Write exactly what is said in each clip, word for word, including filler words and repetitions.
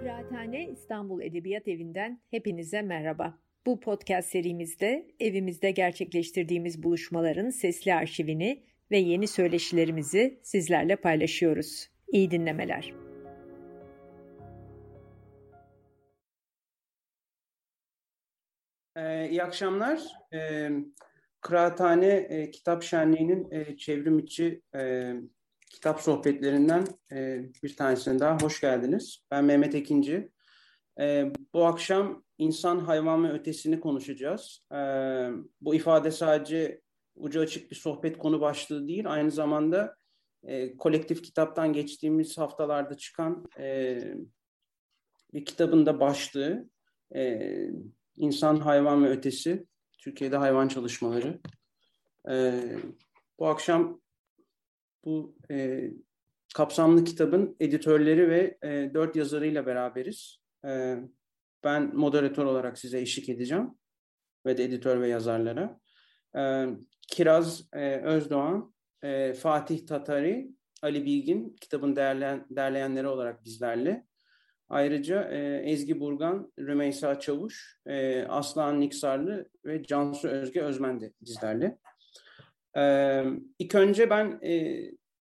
Kıraathane İstanbul Edebiyat Evi'nden hepinize merhaba. Bu podcast serimizde evimizde gerçekleştirdiğimiz buluşmaların sesli arşivini ve yeni söyleşilerimizi sizlerle paylaşıyoruz. İyi dinlemeler. Ee, iyi akşamlar. Ee, Kıraathane e, Kitap Şenliği'nin e, çevrim içi e, kitap sohbetlerinden e, bir tanesine daha hoş geldiniz. Ben Mehmet Ekinci. E, bu akşam insan, hayvan ve ötesini konuşacağız. E, bu ifade sadece ucu açık bir sohbet konu başlığı değil, aynı zamanda e, kolektif kitaptan geçtiğimiz haftalarda çıkan e, bir kitabın da başlığı. E, İnsan, Hayvan ve Ötesi, Türkiye'de Hayvan Çalışmaları. Ee, bu akşam bu e, kapsamlı kitabın editörleri ve e, dört yazarıyla beraberiz. E, ben moderatör olarak size eşlik edeceğim ve de editör ve yazarlara. E, Kiraz e, Özdoğan, e, Fatih Tatari, Ali Bilgin kitabın derleyen, derleyenleri olarak bizlerle. Ayrıca e, Ezgi Burgan, Rümeysa Çavuş, e, Aslan Niksarlı ve Cansu Özge Özmen de bizlerle. E, ilk önce ben e,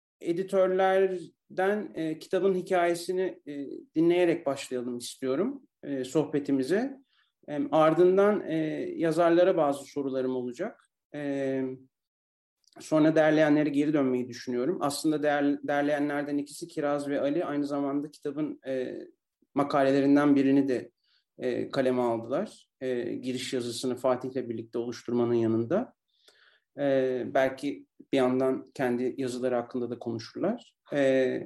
editörlerden e, kitabın hikayesini e, dinleyerek başlayalım istiyorum e, sohbetimize. E, ardından e, yazarlara bazı sorularım olacak. E, sonra derleyenlere geri dönmeyi düşünüyorum. Aslında der, derleyenlerden ikisi Kiraz ve Ali, aynı zamanda kitabın e, makalelerinden birini de e, kaleme aldılar. E, giriş yazısını Fatih'le birlikte oluşturmanın yanında. E, belki bir yandan kendi yazıları hakkında da konuşurlar. E,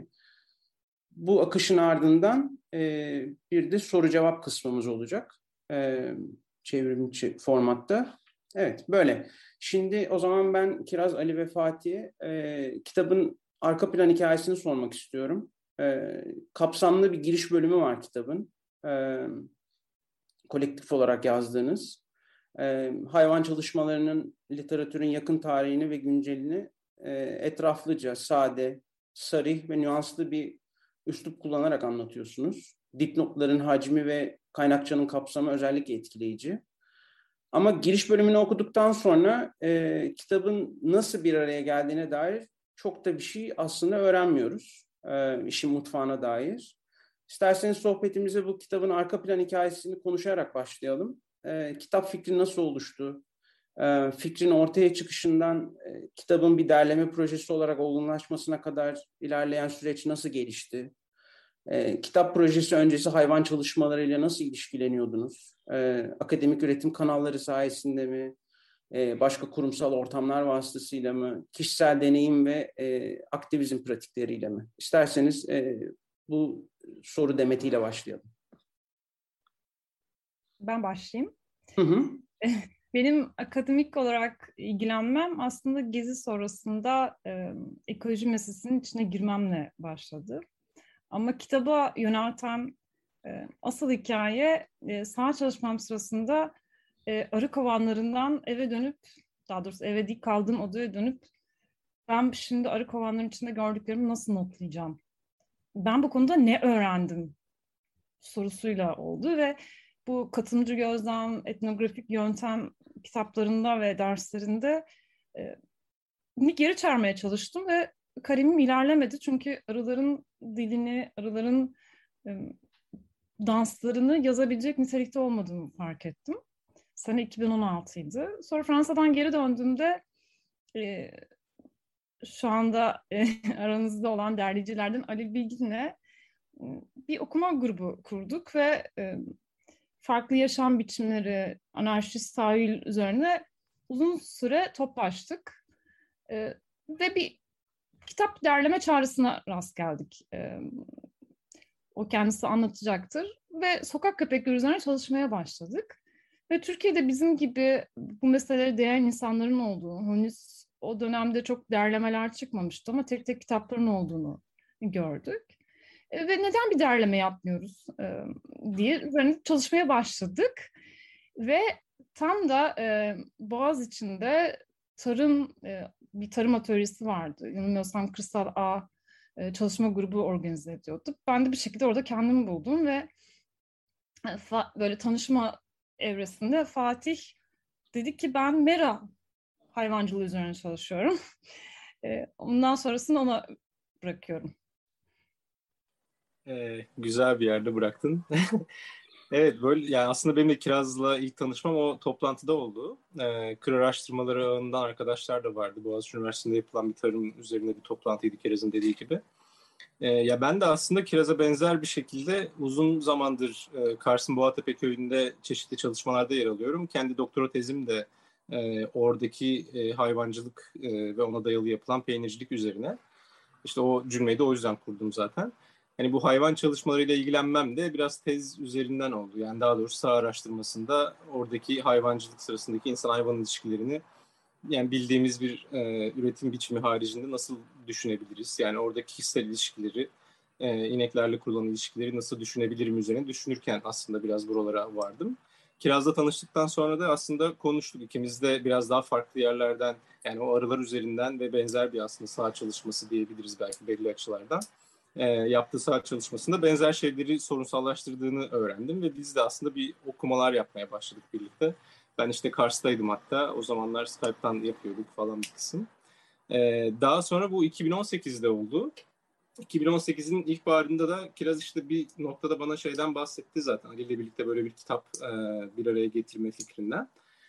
bu akışın ardından e, bir de soru cevap kısmımız olacak. E, çevrimçi formatta. Evet, böyle. Şimdi o zaman ben Kiraz, Ali ve Fatih'e e, kitabın arka plan hikayesini sormak istiyorum. E, kapsamlı bir giriş bölümü var kitabın. E, kolektif olarak yazdığınız. E, hayvan çalışmalarının literatürün yakın tarihini ve güncelini e, etraflıca, sade, sarih ve nüanslı bir üslup kullanarak anlatıyorsunuz. Dipnotların hacmi ve kaynakçanın kapsamı özellikle etkileyici. Ama giriş bölümünü okuduktan sonra e, kitabın nasıl bir araya geldiğine dair çok da bir şey aslında öğrenmiyoruz. E, işin mutfağına dair. İsterseniz sohbetimize bu kitabın arka plan hikayesini konuşarak başlayalım. E, kitap fikri nasıl oluştu? E, fikrin ortaya çıkışından e, kitabın bir derleme projesi olarak olgunlaşmasına kadar ilerleyen süreç nasıl gelişti? E, kitap projesi öncesi hayvan çalışmalarıyla nasıl ilişkileniyordunuz? E, akademik üretim kanalları sayesinde mi? E, başka kurumsal ortamlar vasıtasıyla mı? Kişisel deneyim ve e, aktivizm pratikleriyle mi? İsterseniz e, bu soru demetiyle başlayalım. Ben başlayayım. Hı hı. Benim akademik olarak ilgilenmem aslında Gezi sonrasında e, ekoloji meselesinin içine girmemle başladı. Ama kitaba yönelten e, asıl hikaye e, saha çalışmam sırasında e, arı kovanlarından eve dönüp, daha doğrusu eve değil kaldığım odaya dönüp ben şimdi arı kovanların içinde gördüklerimi nasıl notlayacağım? Ben bu konuda ne öğrendim sorusuyla oldu ve bu katılımcı gözlem, etnografik yöntem kitaplarında ve derslerinde e, geri çağırmaya çalıştım ve kalemim ilerlemedi. Çünkü arıların dilini, arıların e, danslarını yazabilecek nitelikte olmadığımı fark ettim. Sene iki bin on altıydı. Sonra Fransa'dan geri döndüğümde e, şu anda e, aranızda olan derleyicilerden Ali Bilgin'le e, bir okuma grubu kurduk ve e, farklı yaşam biçimleri, anarşist sahil üzerine uzun süre toplaştık. E, ve bir kitap derleme çağrısına rast geldik. E, o kendisi anlatacaktır. Ve sokak köpekleri üzerine çalışmaya başladık. Ve Türkiye'de bizim gibi bu meseleleri değen insanların olduğu, henüz o dönemde çok derlemeler çıkmamıştı ama tek tek kitapların olduğunu gördük. E, ve neden bir derleme yapmıyoruz e, diye üzerine çalışmaya başladık. Ve tam da e, Boğaziçi'nde tarım, e, bir tarım atölyesi vardı. Yanılmıyorsam Kırsal A e, çalışma grubu organize ediyordu. Ben de bir şekilde orada kendimi buldum ve e, fa- böyle tanışma evresinde Fatih dedi ki ben mera hayvancılığı üzerine çalışıyorum. E, ondan sonrasını ona bırakıyorum. Ee, güzel bir yerde bıraktın. Evet, böyle yani aslında benim de Kiraz'la ilk tanışmam o toplantıda oldu. Ee, kır araştırmaları ağından arkadaşlar da vardı. Boğaziçi Üniversitesi'nde yapılan bir tarım üzerine bir toplantıydı Kiraz'ın dediği gibi. Ee, ya ben de aslında Kiraz'a benzer bir şekilde uzun zamandır e, Kars'ın Boğatepe köyünde çeşitli çalışmalarda yer alıyorum. Kendi doktora tezim de e, oradaki e, hayvancılık e, ve ona dayalı yapılan peynircilik üzerine. İşte o cümleyi de o yüzden kurdum zaten. Hani bu hayvan çalışmalarıyla ilgilenmem de biraz tez üzerinden oldu. Yani daha doğrusu saha araştırmasında oradaki hayvancılık sırasındaki insan-hayvan ilişkilerini yani bildiğimiz bir e, üretim biçimi haricinde nasıl düşünebiliriz? Yani oradaki kişisel ilişkileri, e, ineklerle kurulan ilişkileri nasıl düşünebilirim üzerine düşünürken aslında biraz buralara vardım. Kiraz'la tanıştıktan sonra da aslında konuştuk. İkimiz de biraz daha farklı yerlerden yani o arılar üzerinden ve benzer bir aslında saha çalışması diyebiliriz belki belli açılardan. E, yaptığı saha çalışmasında benzer şeyleri sorunsallaştırdığını öğrendim ve biz de aslında bir okumalar yapmaya başladık birlikte. Ben işte Kars'taydım hatta. O zamanlar Skype'tan yapıyorduk falan bir kısım. Ee, daha sonra bu iki bin on sekizde oldu. iki bin on sekizin ilk baharında da Kiraz işte bir noktada bana şeyden bahsetti zaten. Ali ile birlikte böyle bir kitap e, bir araya getirme fikrinden.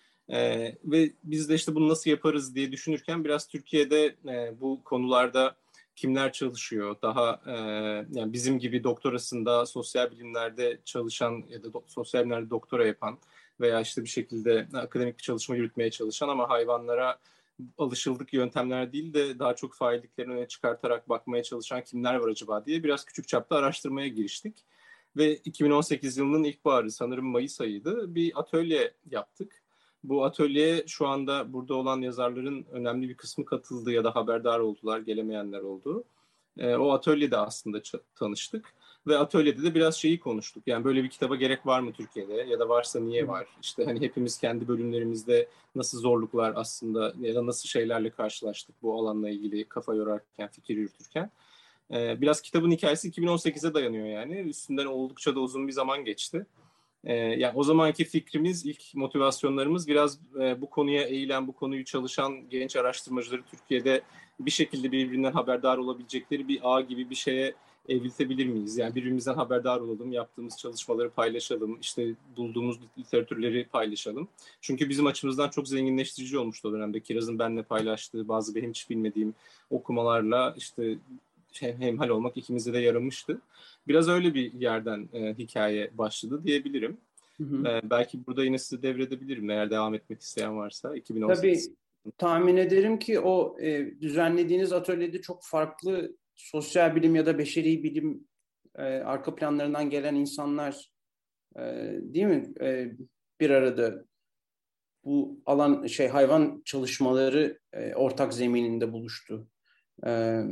E, ve biz de işte bunu nasıl yaparız diye düşünürken biraz Türkiye'de e, bu konularda kimler çalışıyor? Daha e, yani bizim gibi doktorasında sosyal bilimlerde çalışan ya da do- sosyal bilimlerde doktora yapan veya işte bir şekilde akademik bir çalışma yürütmeye çalışan ama hayvanlara alışıldık yöntemler değil de daha çok failliklerini öne çıkartarak bakmaya çalışan kimler var acaba diye biraz küçük çapta araştırmaya giriştik. Ve iki bin on sekiz yılının ilkbaharı sanırım Mayıs ayıydı. Bir atölye yaptık. Bu atölyeye şu anda burada olan yazarların önemli bir kısmı katıldı ya da haberdar oldular, gelemeyenler oldu. E, o atölyede aslında ç- tanıştık. Ve atölyede de biraz şeyi konuştuk. Yani böyle bir kitaba gerek var mı Türkiye'de ya da varsa niye var? İşte hani hepimiz kendi bölümlerimizde nasıl zorluklar aslında ya da nasıl şeylerle karşılaştık bu alanla ilgili kafa yorarken, fikir yürütürken. Ee, biraz kitabın hikayesi iki bin on sekize dayanıyor yani. Üstünden oldukça da uzun bir zaman geçti. Ee, yani o zamanki fikrimiz, ilk motivasyonlarımız biraz e, bu konuya eğilen, bu konuyu çalışan genç araştırmacıları Türkiye'de bir şekilde birbirinden haberdar olabilecekleri bir ağ gibi bir şeye evriltebilir miyiz? Yani birbirimizden haberdar olalım, yaptığımız çalışmaları paylaşalım, işte bulduğumuz literatürleri paylaşalım. Çünkü bizim açımızdan çok zenginleştirici olmuştu o dönemde. Kiraz'ın benimle paylaştığı bazı benim hiç bilmediğim okumalarla işte hemhal olmak ikimize de yaramıştı. Biraz öyle bir yerden e, hikaye başladı diyebilirim. Hı hı. E, belki burada yine size devredebilirim eğer devam etmek isteyen varsa. iki bin on sekiz. Tabii tahmin ederim ki o e, düzenlediğiniz atölyede çok farklı sosyal bilim ya da beşeri bilim e, arka planlarından gelen insanlar e, değil mi? E, bir arada bu alan şey hayvan çalışmaları e, ortak zemininde buluştu. E,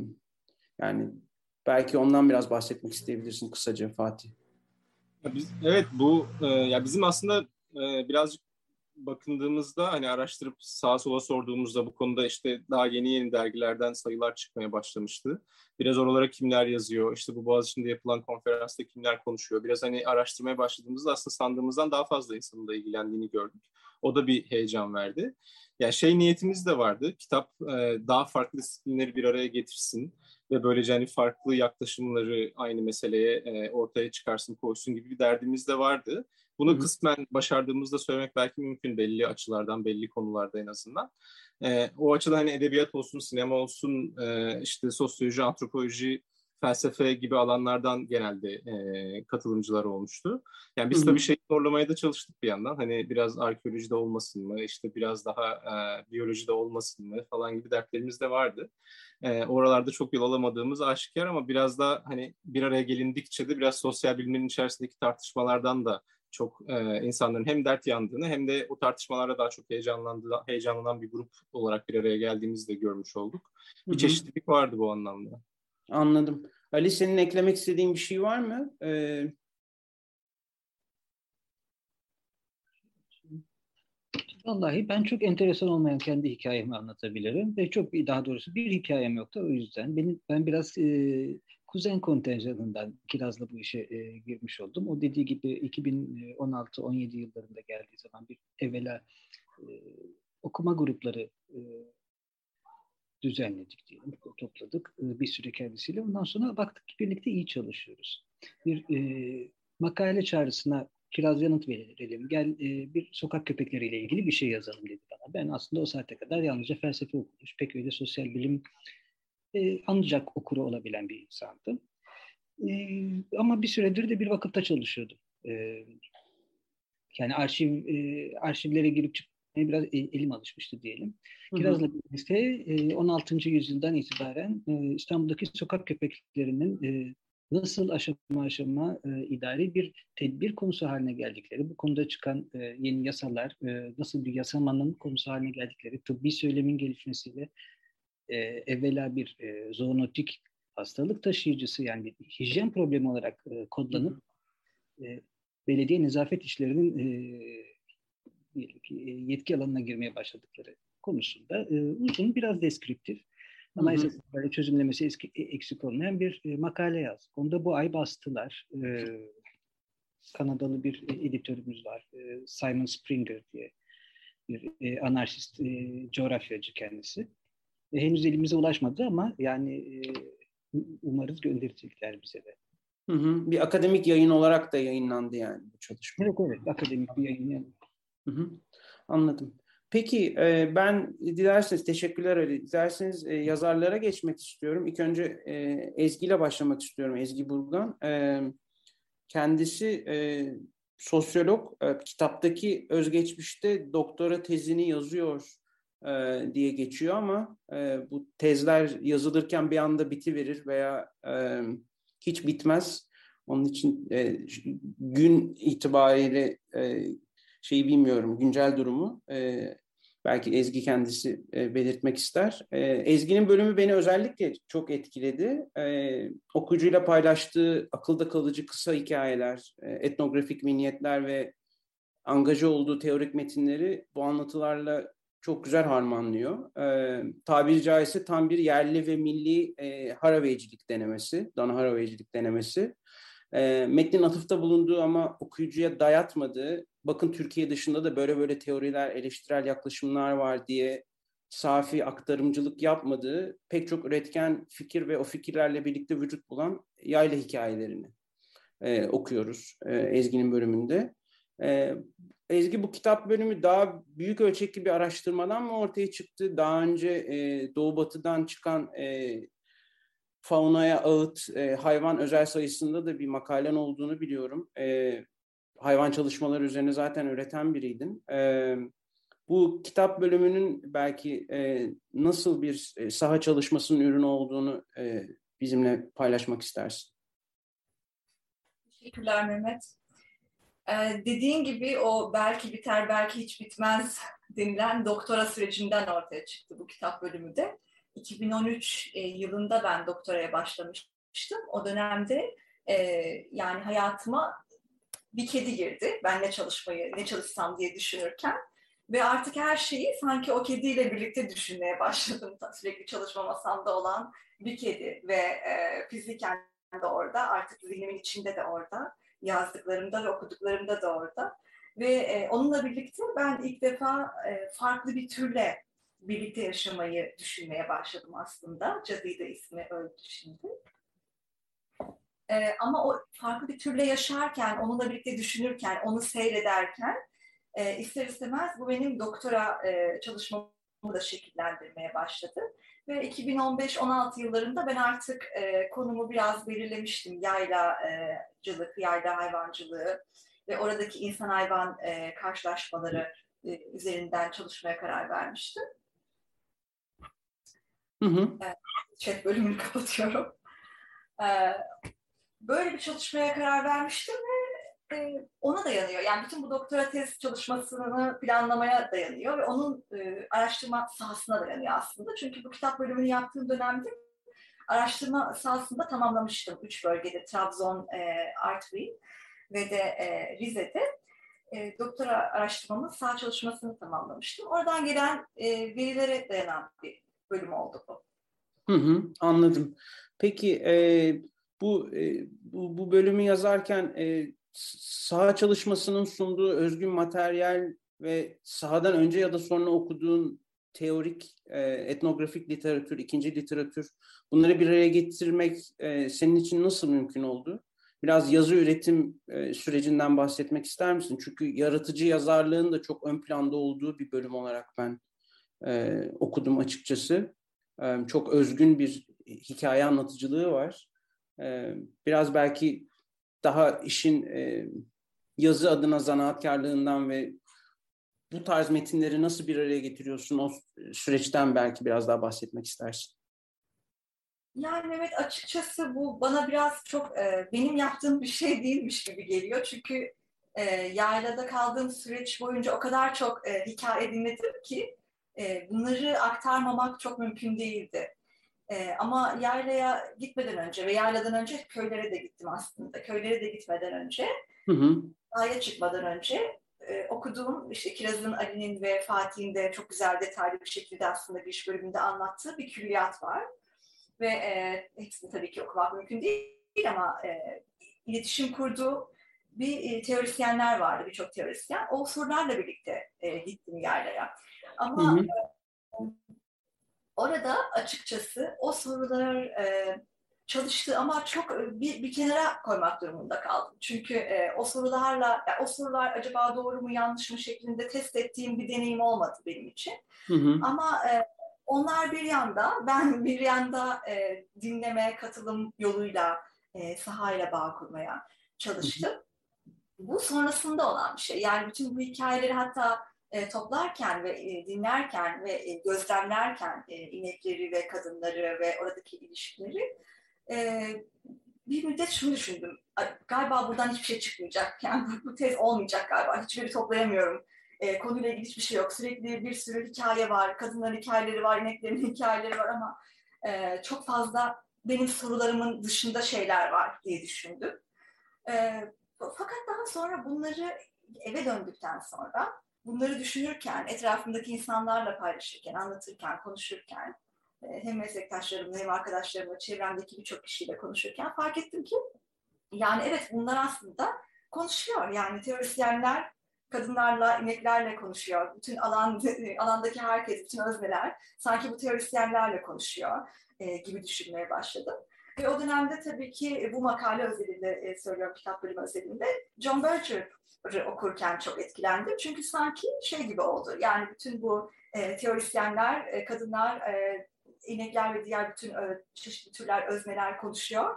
yani belki ondan biraz bahsetmek isteyebilirsin kısaca Fatih. Ya biz, evet bu e, ya bizim aslında e, birazcık bakındığımızda hani araştırıp sağa sola sorduğumuzda bu konuda işte daha yeni yeni dergilerden sayılar çıkmaya başlamıştı. Biraz oralara kimler yazıyor, işte bu Boğaziçi'nde yapılan konferansta kimler konuşuyor. Biraz hani araştırmaya başladığımızda aslında sandığımızdan daha fazla insanın da ilgilendiğini gördük. O da bir heyecan verdi. Yani şey niyetimiz de vardı. Kitap e, daha farklı disiplinleri bir araya getirsin ve böylece hani farklı yaklaşımları aynı meseleye e, ortaya çıkarsın, koysun gibi bir derdimiz de vardı. Bunu Hı hı. kısmen başardığımızda söylemek belki mümkün belli açılardan, belli konularda en azından. E, o açıdan hani edebiyat olsun, sinema olsun, e, işte sosyoloji, antropoloji, felsefe gibi alanlardan genelde e, katılımcılar olmuştu. Yani Hı biz hı. tabii şey zorlamaya da çalıştık bir yandan. Hani biraz arkeolojide olmasın mı, işte biraz daha e, biyolojide olmasın mı falan gibi dertlerimiz de vardı. E, oralarda çok yol alamadığımız aşikar ama biraz da hani bir araya gelindikçe de biraz sosyal bilimlerin içerisindeki tartışmalardan da çok e, insanların hem dert yandığını hem de o tartışmalarda daha çok heyecanlandığı, heyecanlanan bir grup olarak bir araya geldiğimizi de görmüş olduk. Hı Bir hı. çeşitlilik vardı bu anlamda. Anladım. Ali senin eklemek istediğin bir şey var mı? Ee, Vallahi ben çok enteresan olmayan kendi hikayemi anlatabilirim ve çok daha doğrusu bir hikayem yoktu o yüzden. Benim, ben biraz e, kuzen kontenjanından kirazla bu işe e, girmiş oldum. O dediği gibi iki bin on altı on yedi yıllarında geldiği zaman bir evvela e, okuma grupları e, düzenledik diyelim, topladık e, bir süre kendisiyle. Ondan sonra baktık ki birlikte iyi çalışıyoruz. Bir e, makale çağrısına kiraz yanıt verelim, gel e, bir sokak köpekleriyle ilgili bir şey yazalım dedi bana. Ben aslında o saate kadar yalnızca felsefe okumuş, pek öyle sosyal bilim e, ancak okuru olabilen bir insandım. E, ama bir süredir de bir vakıfta çalışıyordum. E, yani arşiv e, arşivlere girip çıkmaya biraz elim alışmıştı diyelim. Kiraz'la birlikte on altıncı yüzyıldan itibaren İstanbul'daki sokak köpeklerinin nasıl aşama aşama idari bir tedbir konusu haline geldikleri, bu konuda çıkan yeni yasalar, nasıl bir yasamanın konusu haline geldikleri, tıbbi söylemin gelişmesiyle evvela bir zoonotik hastalık taşıyıcısı, yani bir hijyen problemi olarak kodlanıp belediye nezafet işlerinin yetki alanına girmeye başladıkları konusunda uzun, biraz deskriptif ama esas böyle çözümlemesi eski, eksik olmayan bir makale yazdık. Onu da bu ay bastılar. Kanadalı bir editörümüz var, Simon Springer diye bir anarşist coğrafyacı kendisi. Henüz elimize ulaşmadı ama yani umarız gönderecekler bize de. Hı hı. Bir akademik yayın olarak da yayınlandı yani bu çalışma. Evet, evet, akademik bir yayın yani. Hı hı. Anladım. Peki e, ben dilerseniz, teşekkürler Ali, dilerseniz e, yazarlara geçmek istiyorum. İlk önce e, Ezgi ile başlamak istiyorum, Ezgi Burgan. E, kendisi e, sosyolog, e, kitaptaki özgeçmişte doktora tezini yazıyor e, diye geçiyor ama e, bu tezler yazılırken bir anda bitiverir veya e, hiç bitmez. Onun için e, gün itibariyle e, şeyi bilmiyorum, güncel durumu. E, belki Ezgi kendisi e, belirtmek ister. E, Ezgi'nin bölümü beni özellikle çok etkiledi. E, okuyucuyla paylaştığı akılda kalıcı kısa hikayeler, e, etnografik vinyetler ve angaja olduğu teorik metinleri bu anlatılarla çok güzel harmanlıyor. E, tabiri caizse tam bir yerli ve milli e, Haraway'cilik denemesi, Donna Haraway'cilik denemesi. E, metnin atıfta bulunduğu ama okuyucuya dayatmadığı, bakın Türkiye dışında da böyle böyle teoriler, eleştirel yaklaşımlar var diye safi aktarımcılık yapmadığı pek çok üretken fikir ve o fikirlerle birlikte vücut bulan yayla hikayelerini e, okuyoruz e, Ezgi'nin bölümünde. E, Ezgi, bu kitap bölümü daha büyük ölçekli bir araştırmadan mı ortaya çıktı? Daha önce e, Doğu Batı'dan çıkan e, faunaya ağıt, e, hayvan özel sayısında da bir makalen olduğunu biliyorum. E, hayvan çalışmaları üzerine zaten üreten biriydin. E, bu kitap bölümünün belki e, nasıl bir e, saha çalışmasının ürünü olduğunu e, bizimle paylaşmak istersin. Teşekkürler Mehmet. Ee, dediğin gibi o belki biter belki hiç bitmez denilen doktora sürecinden ortaya çıktı bu kitap bölümü de. iki bin on üç e, yılında ben doktoraya başlamıştım. O dönemde e, yani hayatıma bir kedi girdi. Ben ne çalışmayı, ne çalışsam diye düşünürken. Ve artık her şeyi sanki o kediyle birlikte düşünmeye başladım. Sürekli çalışma masamda olan bir kedi ve e, fiziken de orada, artık zihnimin içinde de orada, yazdıklarımda ve okuduklarımda da orada. Ve e, onunla birlikte ben ilk defa e, farklı bir türle birlikte yaşamayı düşünmeye başladım aslında. Cadıydı ismi, öldü şimdi. Ee, ama o farklı bir türle yaşarken, onunla birlikte düşünürken, onu seyrederken e, ister istemez bu benim doktora e, çalışmamı da şekillendirmeye başladı. Ve iki bin on beş on altı yıllarında ben artık e, konumu biraz belirlemiştim. Yaylacılık, yayla hayvancılığı ve oradaki insan-hayvan e, karşılaşmaları e, üzerinden çalışmaya karar vermiştim. Hı hı. Evet, chat bölümünü kapatıyorum. Ee, Böyle bir çalışmaya karar vermiştim ve e, ona dayanıyor. Yani bütün bu doktora tez çalışmasını planlamaya dayanıyor ve onun e, araştırma sahasına dayanıyor aslında. Çünkü bu kitap bölümünü yaptığım dönemde araştırma sahasında tamamlamıştım. Üç bölgede, Trabzon, e, Artvin ve de e, Rize'de. e, doktora araştırmamın saha çalışmasını tamamlamıştım. Oradan gelen e, verilere dayanan bir bölüm oldu bu. Hı hı, anladım. Peki e, bu, e, bu bu bölümü yazarken e, saha çalışmasının sunduğu özgün materyal ve sahadan önce ya da sonra okuduğun teorik, e, etnografik literatür, ikinci literatür, bunları bir araya getirmek e, senin için nasıl mümkün oldu? Biraz yazı üretim e, sürecinden bahsetmek ister misin? Çünkü yaratıcı yazarlığın da çok ön planda olduğu bir bölüm olarak ben e, okudum açıkçası. E, çok özgün bir hikaye anlatıcılığı var. E, biraz belki daha işin e, yazı adına zanaatkarlığından ve bu tarz metinleri nasıl bir araya getiriyorsun, o süreçten belki biraz daha bahsetmek istersin. Yani evet, açıkçası bu bana biraz çok e, benim yaptığım bir şey değilmiş gibi geliyor. Çünkü e, yaylada kaldığım süreç boyunca o kadar çok e, hikaye dinledim ki e, bunları aktarmamak çok mümkün değildi. E, ama yaylaya gitmeden önce ve yayladan önce köylere de gittim aslında. Köylere de gitmeden önce, Hı hı. sahaya çıkmadan önce e, okuduğum işte Kiraz'ın, Ali'nin ve Fatih'in de çok güzel detaylı bir şekilde aslında bir iş bölümünde anlattığı bir külliyat var. Ve e, hepsini tabii ki okumak mümkün değil ama e, iletişim kurduğu bir e, teorisyenler vardı, birçok teorisyen. O sorularla birlikte e, gittim yaylaya. Ama Hı hı. e, orada açıkçası o sorular e, çalıştığı ama çok bir, bir kenara koymak durumunda kaldım. Çünkü e, o sorularla, yani o sorular acaba doğru mu yanlış mı şeklinde test ettiğim bir deneyim olmadı benim için. Hı hı. Ama e, onlar bir yanda, ben bir yanda e, dinleme, katılım yoluyla e, sahayla bağ kurmaya çalıştım. Hı hı. Bu sonrasında olan bir şey. Yani bütün bu hikayeleri hatta e, toplarken ve e, dinlerken ve e, gözlemlerken e, inekleri ve kadınları ve oradaki ilişkileri e, bir müddet şunu düşündüm. Galiba buradan hiçbir şey çıkmayacak. Yani bu, bu tez olmayacak galiba. Hiçbiri toplayamıyorum. E, konuyla ilgili hiçbir şey yok. Sürekli bir sürü hikaye var. Kadınların hikayeleri var, ineklerin hikayeleri var ama e, çok fazla benim sorularımın dışında şeyler var diye düşündüm. E, fakat daha sonra bunları eve döndükten sonra bunları düşünürken, etrafımdaki insanlarla paylaşırken, anlatırken, konuşurken hem meslektaşlarımla hem arkadaşlarımla, çevremdeki birçok kişiyle konuşurken fark ettim ki yani evet, bunlar aslında konuşuyor. Yani teorisyenler kadınlarla, ineklerle konuşuyor. Bütün alan, alandaki herkes, bütün özneler sanki bu teorisyenlerle konuşuyor e, gibi düşünmeye başladım. Ve o dönemde tabii ki bu makale özelinde e, söylüyorum, kitap bölümü özelinde John Berger'ı okurken çok etkilendim. Çünkü sanki şey gibi oldu. Yani bütün bu e, teorisyenler, e, kadınlar, e, inekler ve diğer bütün e, çeşitli türler, özneler konuşuyor.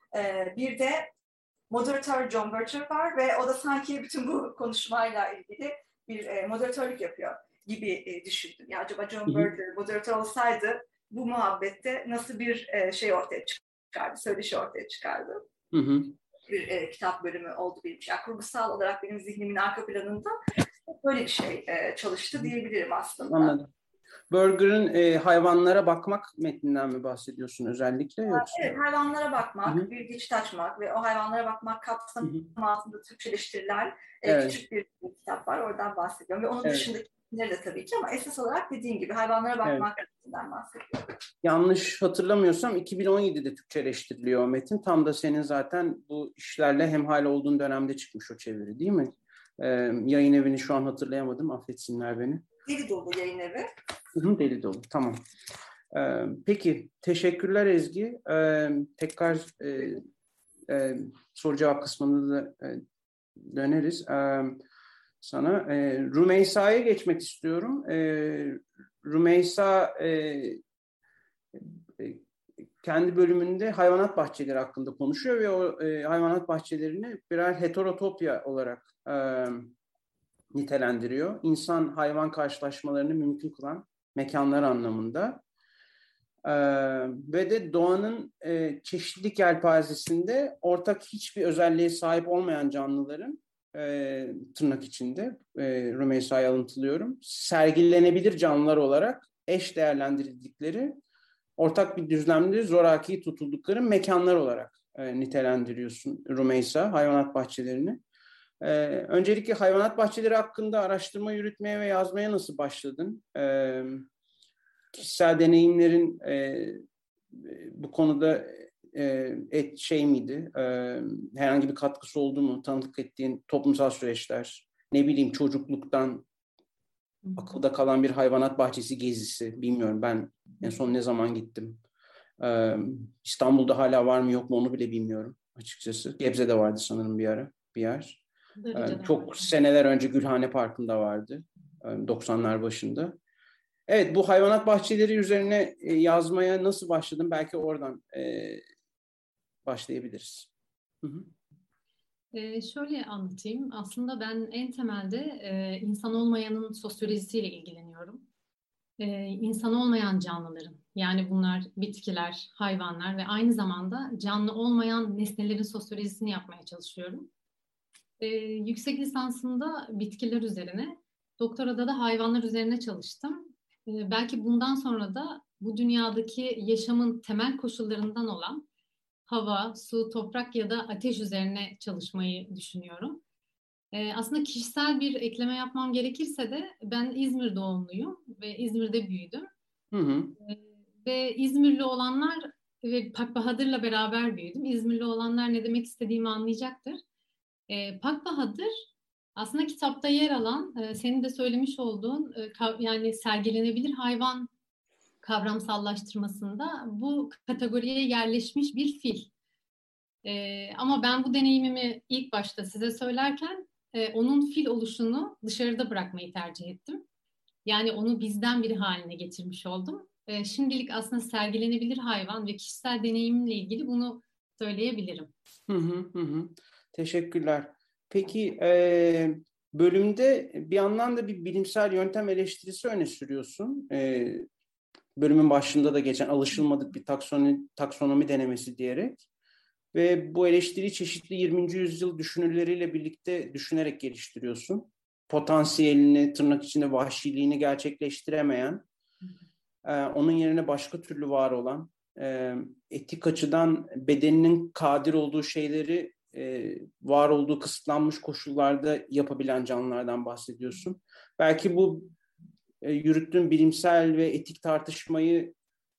E, bir de moderatör John Berger var ve o da sanki bütün bu konuşmayla ilgili bir e, moderatörlük yapıyor gibi e, düşündüm. Ya acaba John Berger moderatör olsaydı bu muhabbette nasıl bir e, şey ortaya çıkardı, söyleşi ortaya çıkardı. Hı hı. Bir e, kitap bölümü oldu benim için. Yani kurgusal olarak benim zihnimin arka planında böyle bir şey e, çalıştı diyebilirim aslında. Anladım. Berger'ın e, hayvanlara bakmak metninden mi bahsediyorsun özellikle yoksa? Evet, hayvanlara bakmak, Hı-hı. bir geçit açmak ve o hayvanlara bakmak kapsamı altında Türkçeleştirilen e, evet. küçük bir kitap var. Oradan bahsediyorum ve onun evet. dışındaki de tabii ki ama esas olarak dediğim gibi hayvanlara bakmak metninden evet. bahsediyorum. Yanlış hatırlamıyorsam iki bin on yedide Türkçeleştiriliyor o metin. Tam da senin zaten bu işlerle hemhal olduğun dönemde çıkmış o çeviri değil mi? Ee, yayın evini şu an hatırlayamadım. Affetsinler beni. Deli Dolu yayın evi. Deli Dolu. Tamam. Ee, peki. Teşekkürler Ezgi. Ee, tekrar e, e, soru cevap kısmında da e, döneriz. Ee, sana e, Rümeysa'ya geçmek istiyorum. E, Rümeysa e, e, kendi bölümünde hayvanat bahçeleri hakkında konuşuyor ve o e, hayvanat bahçelerini birer heterotopya olarak e, nitelendiriyor. İnsan-hayvan karşılaşmalarını mümkün kılan mekanlar anlamında. E, ve de doğanın e, çeşitlilik yelpazesinde ortak hiçbir özelliğe sahip olmayan canlıların e, tırnak içinde e, Rümeysa'yı alıntılıyorum. Sergilenebilir canlılar olarak eş değerlendirildikleri ortak bir düzlemde zoraki tutuldukları mekanlar olarak e, nitelendiriyorsun Rümeysa hayvanat bahçelerini. Ee, öncelikle hayvanat bahçeleri hakkında araştırma yürütmeye ve yazmaya nasıl başladın? Ee, kişisel deneyimlerin e, bu konuda e, et şey miydi? E, herhangi bir katkısı oldu mu? Tanıklık ettiğin toplumsal süreçler, ne bileyim çocukluktan akılda kalan bir hayvanat bahçesi gezisi, bilmiyorum. Ben en son ne zaman gittim? Ee, İstanbul'da hala var mı yok mu onu bile bilmiyorum açıkçası. Gebze'de vardı sanırım bir ara bir yer. Ee, çok seneler önce Gülhane Parkı'nda vardı. doksanlar başında. Evet, bu hayvanat bahçeleri üzerine yazmaya nasıl başladın? Belki oradan e, başlayabiliriz. Hı hı. Ee, şöyle anlatayım. Aslında ben en temelde e, insan olmayanın sosyolojisiyle ilgileniyorum. Ee, insan olmayan canlıların, yani bunlar bitkiler, hayvanlar ve aynı zamanda canlı olmayan nesnelerin sosyolojisini yapmaya çalışıyorum. Ee, yüksek lisansımda bitkiler üzerine, doktorada da hayvanlar üzerine çalıştım. Ee, belki bundan sonra da bu dünyadaki yaşamın temel koşullarından olan hava, su, toprak ya da ateş üzerine çalışmayı düşünüyorum. Ee, aslında kişisel bir ekleme yapmam gerekirse de ben İzmir doğumluyum ve İzmir'de büyüdüm. Hı hı. Ee, ve İzmirli olanlar ve Pakbahadır'la beraber büyüdüm. İzmirli olanlar ne demek istediğimi anlayacaktır. Ee, Pakbahadır aslında kitapta yer alan, e, senin de söylemiş olduğun e, ka- yani sergilenebilir hayvan kavramsallaştırmasında bu kategoriye yerleşmiş bir fil. Ee, ama ben bu deneyimimi ilk başta size söylerken e, onun fil oluşunu dışarıda bırakmayı tercih ettim. Yani onu bizden biri haline getirmiş oldum. E, şimdilik aslında sergilenebilir hayvan ve kişisel deneyimimle ilgili bunu söyleyebilirim. Hı hı hı. hı. Teşekkürler. Peki e, bölümde bir yandan da bir bilimsel yöntem eleştirisi öne sürüyorsun. E, bölümün başında da geçen alışılmadık bir taksonomi, taksonomi denemesi diyerek. Ve bu eleştiriyi çeşitli yirminci yüzyıl düşünürleriyle birlikte düşünerek geliştiriyorsun. Potansiyelini, tırnak içinde vahşiliğini gerçekleştiremeyen, onun yerine başka türlü var olan, etik açıdan bedeninin kadir olduğu şeyleri var olduğu kısıtlanmış koşullarda yapabilen canlılardan bahsediyorsun. Belki bu yürüttüğün bilimsel ve etik tartışmayı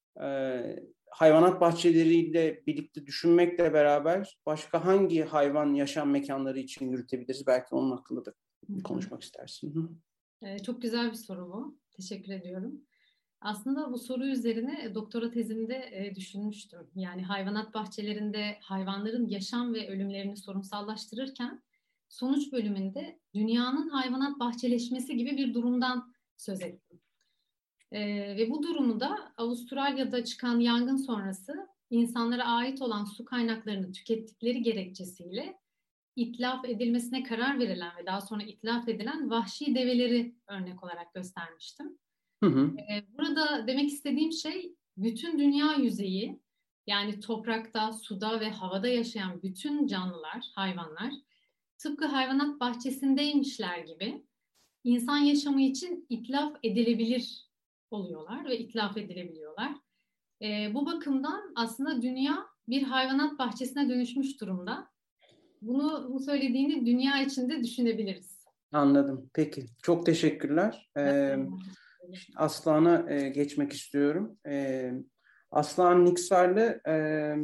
hayvanat bahçeleriyle birlikte düşünmekle beraber başka hangi hayvan yaşam mekanları için yürütebiliriz? Belki onun hakkında da konuşmak istersin. Hı. Ee, çok güzel bir soru bu. Teşekkür ediyorum. Aslında bu soru üzerine doktora tezimde e, düşünmüştüm. Yani hayvanat bahçelerinde hayvanların yaşam ve ölümlerini sorunsallaştırırken sonuç bölümünde dünyanın hayvanat bahçeleşmesi gibi bir durumdan söz ettim. Ee, ve bu durumu da Avustralya'da çıkan yangın sonrası insanlara ait olan su kaynaklarını tükettikleri gerekçesiyle itlaf edilmesine karar verilen ve daha sonra itlaf edilen vahşi develeri örnek olarak göstermiştim. Hı hı. Ee, burada demek istediğim şey bütün dünya yüzeyi, yani toprakta, suda ve havada yaşayan bütün canlılar, hayvanlar tıpkı hayvanat bahçesindeymişler gibi insan yaşamı için itlaf edilebilir oluyorlar ve itlaf edilebiliyorlar. E, bu bakımdan aslında dünya bir hayvanat bahçesine dönüşmüş durumda. Bunu bu söylediğini dünya içinde düşünebiliriz. Anladım. Peki. Çok teşekkürler. Ee, Aslan'a e, geçmek istiyorum. Ee, Aslan Niksarlı e,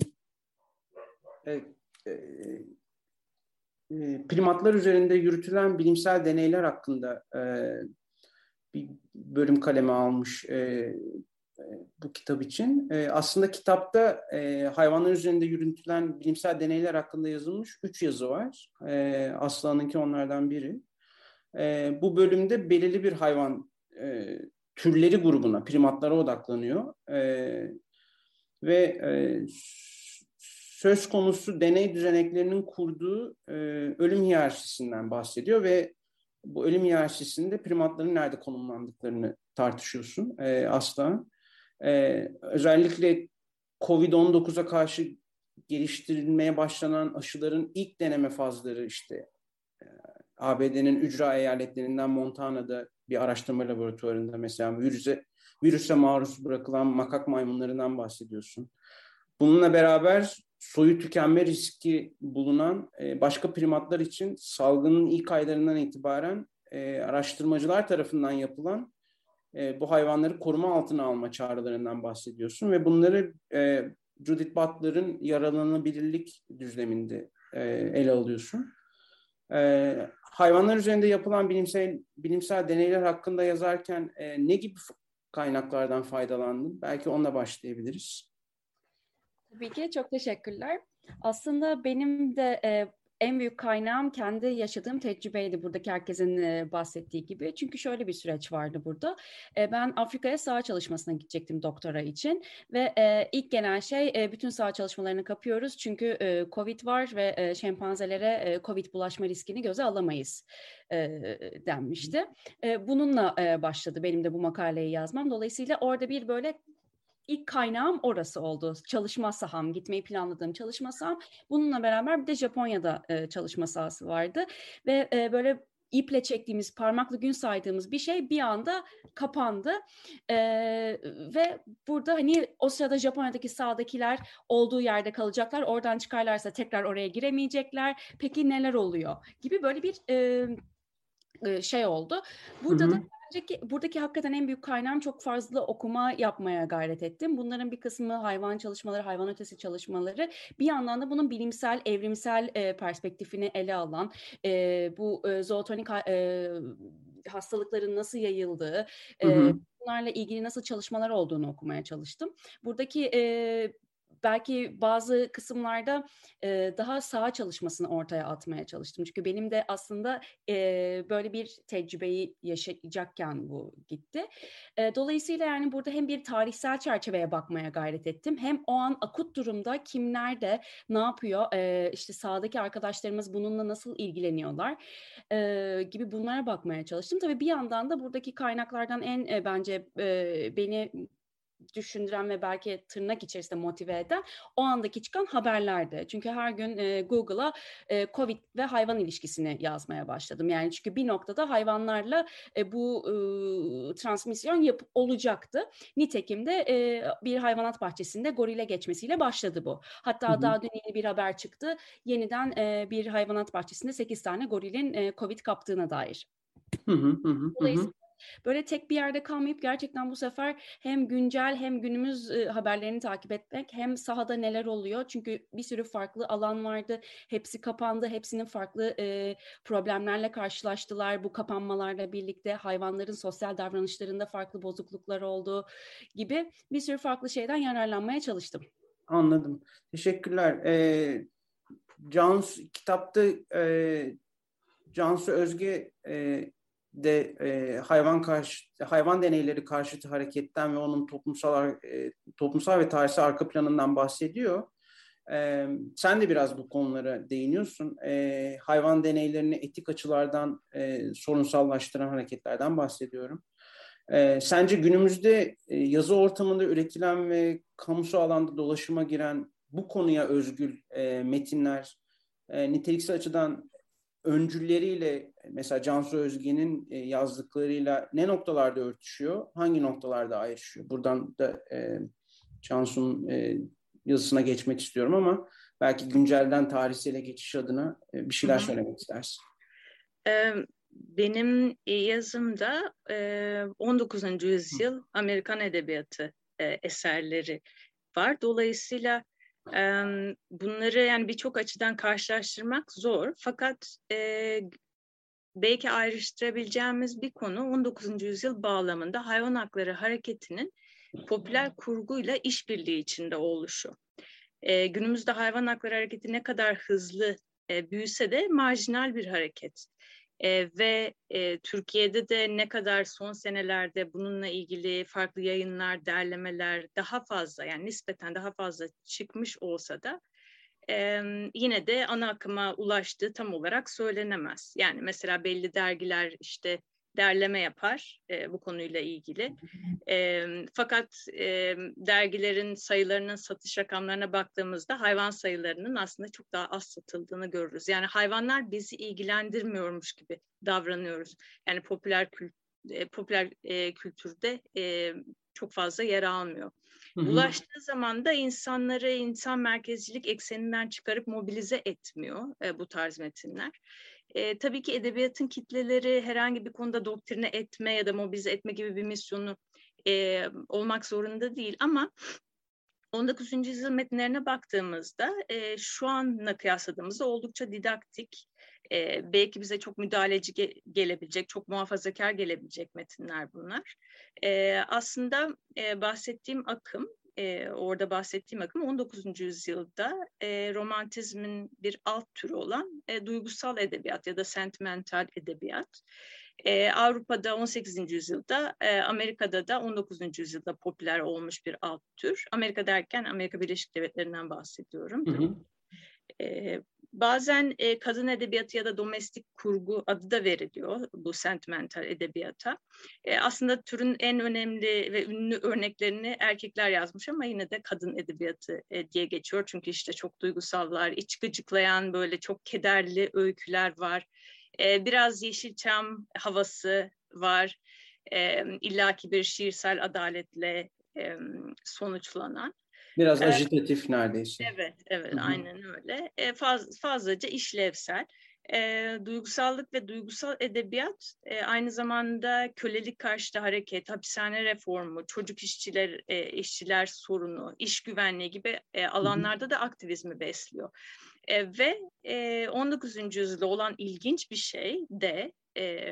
e, e, primatlar üzerinde yürütülen bilimsel deneyler hakkında e, bir bölüm kaleme almış e, bu kitap için. E, aslında kitapta e, hayvanlar üzerinde yürütülen bilimsel deneyler hakkında yazılmış üç yazı var. E, Aslan'ınki onlardan biri. E, bu bölümde belirli bir hayvan e, türleri grubuna, primatlara odaklanıyor. E, ve e, söz konusu deney düzeneklerinin kurduğu e, ölüm hiyerarşisinden bahsediyor ve bu ölüm hiyerarşisinde primatların nerede konumlandıklarını tartışıyorsun e, Aslan. E, özellikle kovid on dokuza karşı geliştirilmeye başlanan aşıların ilk deneme fazları işte e, A B D'nin ücra eyaletlerinden Montana'da bir araştırma laboratuvarında mesela virüse, virüse maruz bırakılan makak maymunlarından bahsediyorsun. Bununla beraber soyu tükenme riski bulunan e, başka primatlar için salgının ilk aylarından itibaren e, araştırmacılar tarafından yapılan e, bu hayvanları koruma altına alma çağrılarından bahsediyorsun ve bunları e, Judith Butler'ın yaralanabilirlik düzleminde e, ele alıyorsun. E, hayvanlar üzerinde yapılan bilimsel bilimsel deneyler hakkında yazarken e, ne gibi kaynaklardan faydalandın? Belki onunla başlayabiliriz. Tabii ki, çok teşekkürler. Aslında benim de e, en büyük kaynağım kendi yaşadığım tecrübeydi, buradaki herkesin e, bahsettiği gibi. Çünkü şöyle bir süreç vardı burada. E, ben Afrika'ya saha çalışmasına gidecektim doktora için ve e, ilk gelen şey e, bütün saha çalışmalarını kapıyoruz. Çünkü e, Covid var ve e, şempanzelere e, Covid bulaşma riskini göze alamayız e, denmişti. E, bununla e, başladı benim de bu makaleyi yazmam. Dolayısıyla orada bir böyle İlk kaynağım orası oldu. Çalışma saham, gitmeyi planladığım çalışma saham. Bununla beraber bir de Japonya'da e, çalışma sahası vardı. Ve e, böyle iple çektiğimiz, parmakla gün saydığımız bir şey bir anda kapandı. E, ve burada hani o sırada Japonya'daki sahadakiler olduğu yerde kalacaklar. Oradan çıkarlarsa tekrar oraya giremeyecekler. Peki neler oluyor? Gibi böyle bir e, şey oldu. Burada hı hı. da Önceki, buradaki hakikaten en büyük kaynağım çok fazla okuma yapmaya gayret ettim. Bunların bir kısmı hayvan çalışmaları, hayvan ötesi çalışmaları. Bir yandan da bunun bilimsel, evrimsel e, perspektifini ele alan, e, bu e, zootonik e, hastalıkların nasıl yayıldığı, e, hı hı. bunlarla ilgili nasıl çalışmalar olduğunu okumaya çalıştım. Buradaki e, belki bazı kısımlarda e, daha saha çalışmasını ortaya atmaya çalıştım. Çünkü benim de aslında e, böyle bir tecrübeyi yaşayacakken bu gitti. E, dolayısıyla yani burada hem bir tarihsel çerçeveye bakmaya gayret ettim. Hem o an akut durumda kim nerede, ne yapıyor, e, işte sahadaki arkadaşlarımız bununla nasıl ilgileniyorlar e, gibi bunlara bakmaya çalıştım. Tabii bir yandan da buradaki kaynaklardan en e, bence e, beni düşündüren ve belki tırnak içerisinde motive eden o andaki çıkan haberlerdi. Çünkü her gün e, Google'a e, Covid ve hayvan ilişkisini yazmaya başladım. Yani çünkü bir noktada hayvanlarla e, bu e, transmisyon yap- olacaktı. Nitekim de e, bir hayvanat bahçesinde gorile geçmesiyle başladı bu. Hatta hı hı. daha dün yeni bir haber çıktı. Yeniden e, bir hayvanat bahçesinde sekiz tane gorilin e, Covid kaptığına dair. Hı hı hı. Dolayısıyla böyle tek bir yerde kalmayıp gerçekten bu sefer hem güncel hem günümüz e, haberlerini takip etmek, hem sahada neler oluyor. Çünkü bir sürü farklı alan vardı. Hepsi kapandı. Hepsinin farklı e, problemlerle karşılaştılar. Bu kapanmalarla birlikte hayvanların sosyal davranışlarında farklı bozukluklar oldu gibi bir sürü farklı şeyden yararlanmaya çalıştım. Anladım. Teşekkürler. Ee, Cansu, kitapta e, Cansu Özge e, de e, hayvan karşı hayvan deneyleri karşıtı hareketten ve onun toplumsal e, toplumsal ve tarihsel arka planından bahsediyor. E, sen de biraz bu konulara değiniyorsun. E, hayvan deneylerini etik açılardan e, sorunsallaştıran hareketlerden bahsediyorum. E, sence günümüzde e, yazı ortamında üretilen ve kamusal alanda dolaşıma giren bu konuya özgül e, metinler e, niteliksel açıdan öncülleriyle, mesela Cansu Özge'nin yazdıklarıyla ne noktalarda örtüşüyor, hangi noktalarda ayrışıyor? Buradan da e, Cansu'nun e, yazısına geçmek istiyorum ama belki güncelden tarihsele geçiş adına e, bir şeyler Hı-hı. söylemek istersin. Benim yazımda on dokuzuncu yüzyıl Amerikan edebiyatı eserleri var. Dolayısıyla bunları yani birçok açıdan karşılaştırmak zor. Fakat e, belki ayrıştırabileceğimiz bir konu on dokuzuncu yüzyıl bağlamında hayvan hakları hareketinin popüler kurguyla işbirliği içinde oluşu. E, günümüzde hayvan hakları hareketi ne kadar hızlı e, büyüse de marjinal bir hareket. E, ve e, Türkiye'de de ne kadar son senelerde bununla ilgili farklı yayınlar, derlemeler daha fazla, yani nispeten daha fazla çıkmış olsa da e, yine de ana akıma ulaştığı tam olarak söylenemez. Yani mesela belli dergiler işte derleme yapar e, bu konuyla ilgili. E, fakat e, dergilerin sayılarının satış rakamlarına baktığımızda hayvan sayılarının aslında çok daha az satıldığını görürüz. Yani hayvanlar bizi ilgilendirmiyormuş gibi davranıyoruz. Yani popüler kült, e, popüler e, kültürde e, çok fazla yer almıyor. Hı hı. Bulaştığı zaman da insanları insan merkezcilik ekseninden çıkarıp mobilize etmiyor e, bu tarz metinler. E, tabii ki edebiyatın kitleleri herhangi bir konuda doktrine etme ya da mobilize etme gibi bir misyonu e, olmak zorunda değil ama on dokuzuncu yüzyıl metinlerine baktığımızda e, şu anla kıyasladığımızda oldukça didaktik, e, belki bize çok müdahaleci ge- gelebilecek, çok muhafazakar gelebilecek metinler bunlar. E, aslında e, bahsettiğim akım, e, orada bahsettiğim akım on dokuzuncu yüzyılda e, romantizmin bir alt türü olan e, duygusal edebiyat ya da sentimental edebiyat. Ee, Avrupa'da on sekizinci yüzyılda, e, Amerika'da da on dokuzuncu yüzyılda popüler olmuş bir alt tür. Amerika derken Amerika Birleşik Devletleri'nden bahsediyorum. Hı hı. Ee, bazen e, kadın edebiyatı ya da domestik kurgu adı da veriliyor bu sentimental edebiyata. E, aslında türün en önemli ve ünlü örneklerini erkekler yazmış ama yine de kadın edebiyatı e, diye geçiyor. Çünkü işte çok duygusallar, iç gıcıklayan böyle çok kederli öyküler var. Ee, biraz Yeşilçam havası var. Ee, illaki bir şiirsel adaletle e, sonuçlanan. Biraz Ee, ajitatif neredeyse. Evet, evet, Hı hı. aynen öyle. Ee, faz, fazlaca işlevsel. Ee, duygusallık ve duygusal edebiyat e, aynı zamanda kölelik karşıtı hareket, hapishane reformu, çocuk işçiler e, işçiler sorunu, iş güvenliği gibi e, alanlarda da aktivizmi besliyor. E, ve e, on dokuzuncu yüzyılda olan ilginç bir şey de e,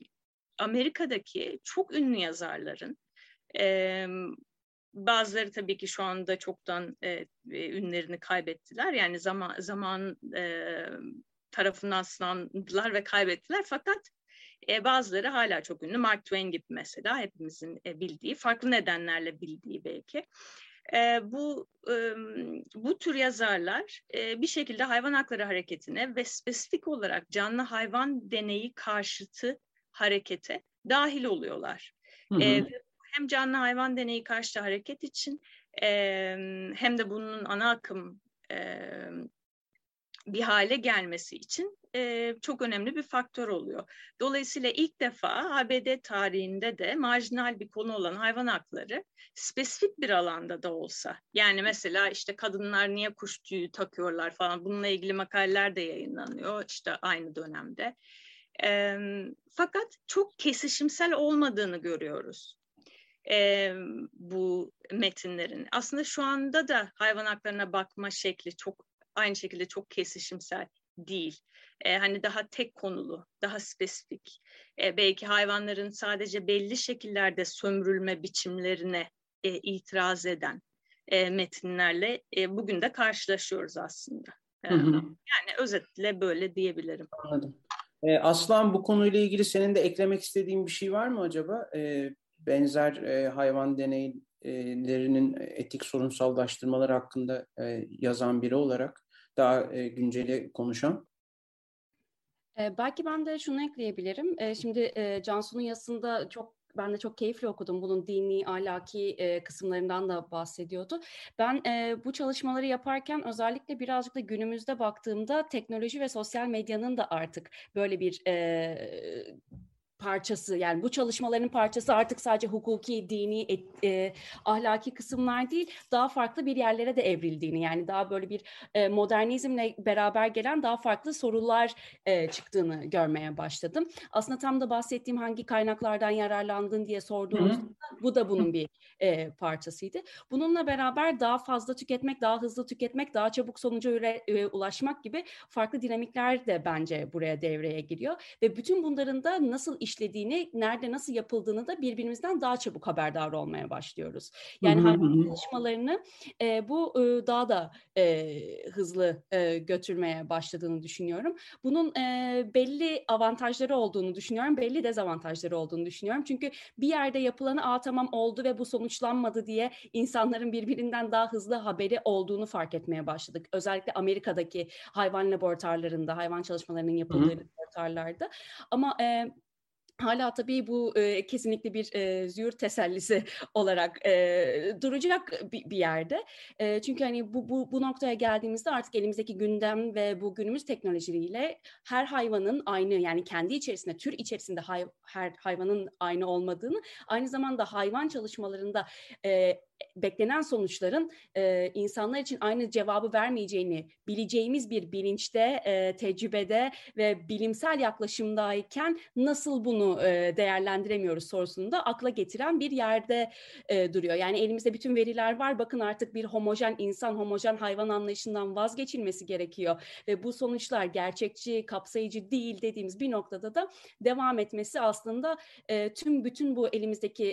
Amerika'daki çok ünlü yazarların, e, bazıları tabii ki şu anda çoktan e, ünlerini kaybettiler. Yani zaman zaman e, tarafından sınandılar ve kaybettiler. Fakat e, bazıları hala çok ünlü. Mark Twain gibi mesela hepimizin e, bildiği, farklı nedenlerle bildiği belki. E, bu e, bu tür yazarlar e, bir şekilde hayvan hakları hareketine ve spesifik olarak canlı hayvan deneyi karşıtı harekete dahil oluyorlar. Hı hı. E, hem canlı hayvan deneyi karşıtı hareket için e, hem de bunun ana akım e, bir hale gelmesi için e, çok önemli bir faktör oluyor. Dolayısıyla ilk defa A B D tarihinde de marjinal bir konu olan hayvan hakları spesifik bir alanda da olsa, yani mesela işte kadınlar niye kuş tüyü takıyorlar falan, bununla ilgili makaleler de yayınlanıyor işte aynı dönemde. E, fakat çok kesişimsel olmadığını görüyoruz. E, bu metinlerin. Aslında şu anda da hayvan haklarına bakma şekli çok aynı şekilde çok kesişimsel değil. E, hani daha tek konulu, daha spesifik. E, belki hayvanların sadece belli şekillerde sömürülme biçimlerine e, itiraz eden e, metinlerle e, bugün de karşılaşıyoruz aslında. E, Hı hı. Yani özetle böyle diyebilirim. Anladım. E, Aslan, bu konuyla ilgili senin de eklemek istediğin bir şey var mı acaba? E, benzer e, hayvan deneylerinin etik sorunsallaştırmaları hakkında e, yazan biri olarak daha e, günceli konuşan. Ee, belki ben de şunu ekleyebilirim. Ee, şimdi e, Cansu'nun yazısında çok ben de çok keyifli okudum. Bunun dini, ahlaki e, kısımlarından da bahsediyordu. Ben e, bu çalışmaları yaparken özellikle birazcık da günümüzde baktığımda teknoloji ve sosyal medyanın da artık böyle bir e, parçası, yani bu çalışmaların parçası artık sadece hukuki, dini, et, e, ahlaki kısımlar değil, daha farklı bir yerlere de evrildiğini, yani daha böyle bir e, modernizmle beraber gelen daha farklı sorular e, çıktığını görmeye başladım. Aslında tam da bahsettiğim hangi kaynaklardan yararlandın diye sorduğunuzda bu da bunun bir e, parçasıydı. Bununla beraber daha fazla tüketmek, daha hızlı tüketmek, daha çabuk sonuca üre, e, ulaşmak gibi farklı dinamikler de bence buraya devreye giriyor ve bütün bunların da nasıl işlediğini, nerede nasıl yapıldığını da birbirimizden daha çabuk haberdar olmaya başlıyoruz. Yani hayvan çalışmalarını e, bu e, daha da e, hızlı e, götürmeye başladığını düşünüyorum. Bunun e, belli avantajları olduğunu düşünüyorum, belli dezavantajları olduğunu düşünüyorum. Çünkü bir yerde yapılanı aa tamam oldu ve bu sonuçlanmadı diye insanların birbirinden daha hızlı haberi olduğunu fark etmeye başladık. Özellikle Amerika'daki hayvan laboratuvarlarında, hayvan çalışmalarının yapıldığı laboratuvarlarda. Ama e, hala tabii bu e, kesinlikle bir e, züğür tesellisi olarak e, duracak bir, bir yerde. E, çünkü hani bu, bu bu noktaya geldiğimizde artık elimizdeki gündem ve bu günümüz teknolojileriyle her hayvanın aynı, yani kendi içerisinde, tür içerisinde hay, her hayvanın aynı olmadığını, aynı zamanda hayvan çalışmalarında e, beklenen sonuçların e, insanlar için aynı cevabı vermeyeceğini bileceğimiz bir bilinçte, e, tecrübede ve bilimsel yaklaşımdayken nasıl bunu e, değerlendiremiyoruz sorusunu da akla getiren bir yerde e, duruyor. Yani elimizde bütün veriler var. Bakın artık bir homojen insan, homojen hayvan anlayışından vazgeçilmesi gerekiyor ve bu sonuçlar gerçekçi, kapsayıcı değil dediğimiz bir noktada da devam etmesi aslında e, tüm bütün bu elimizdeki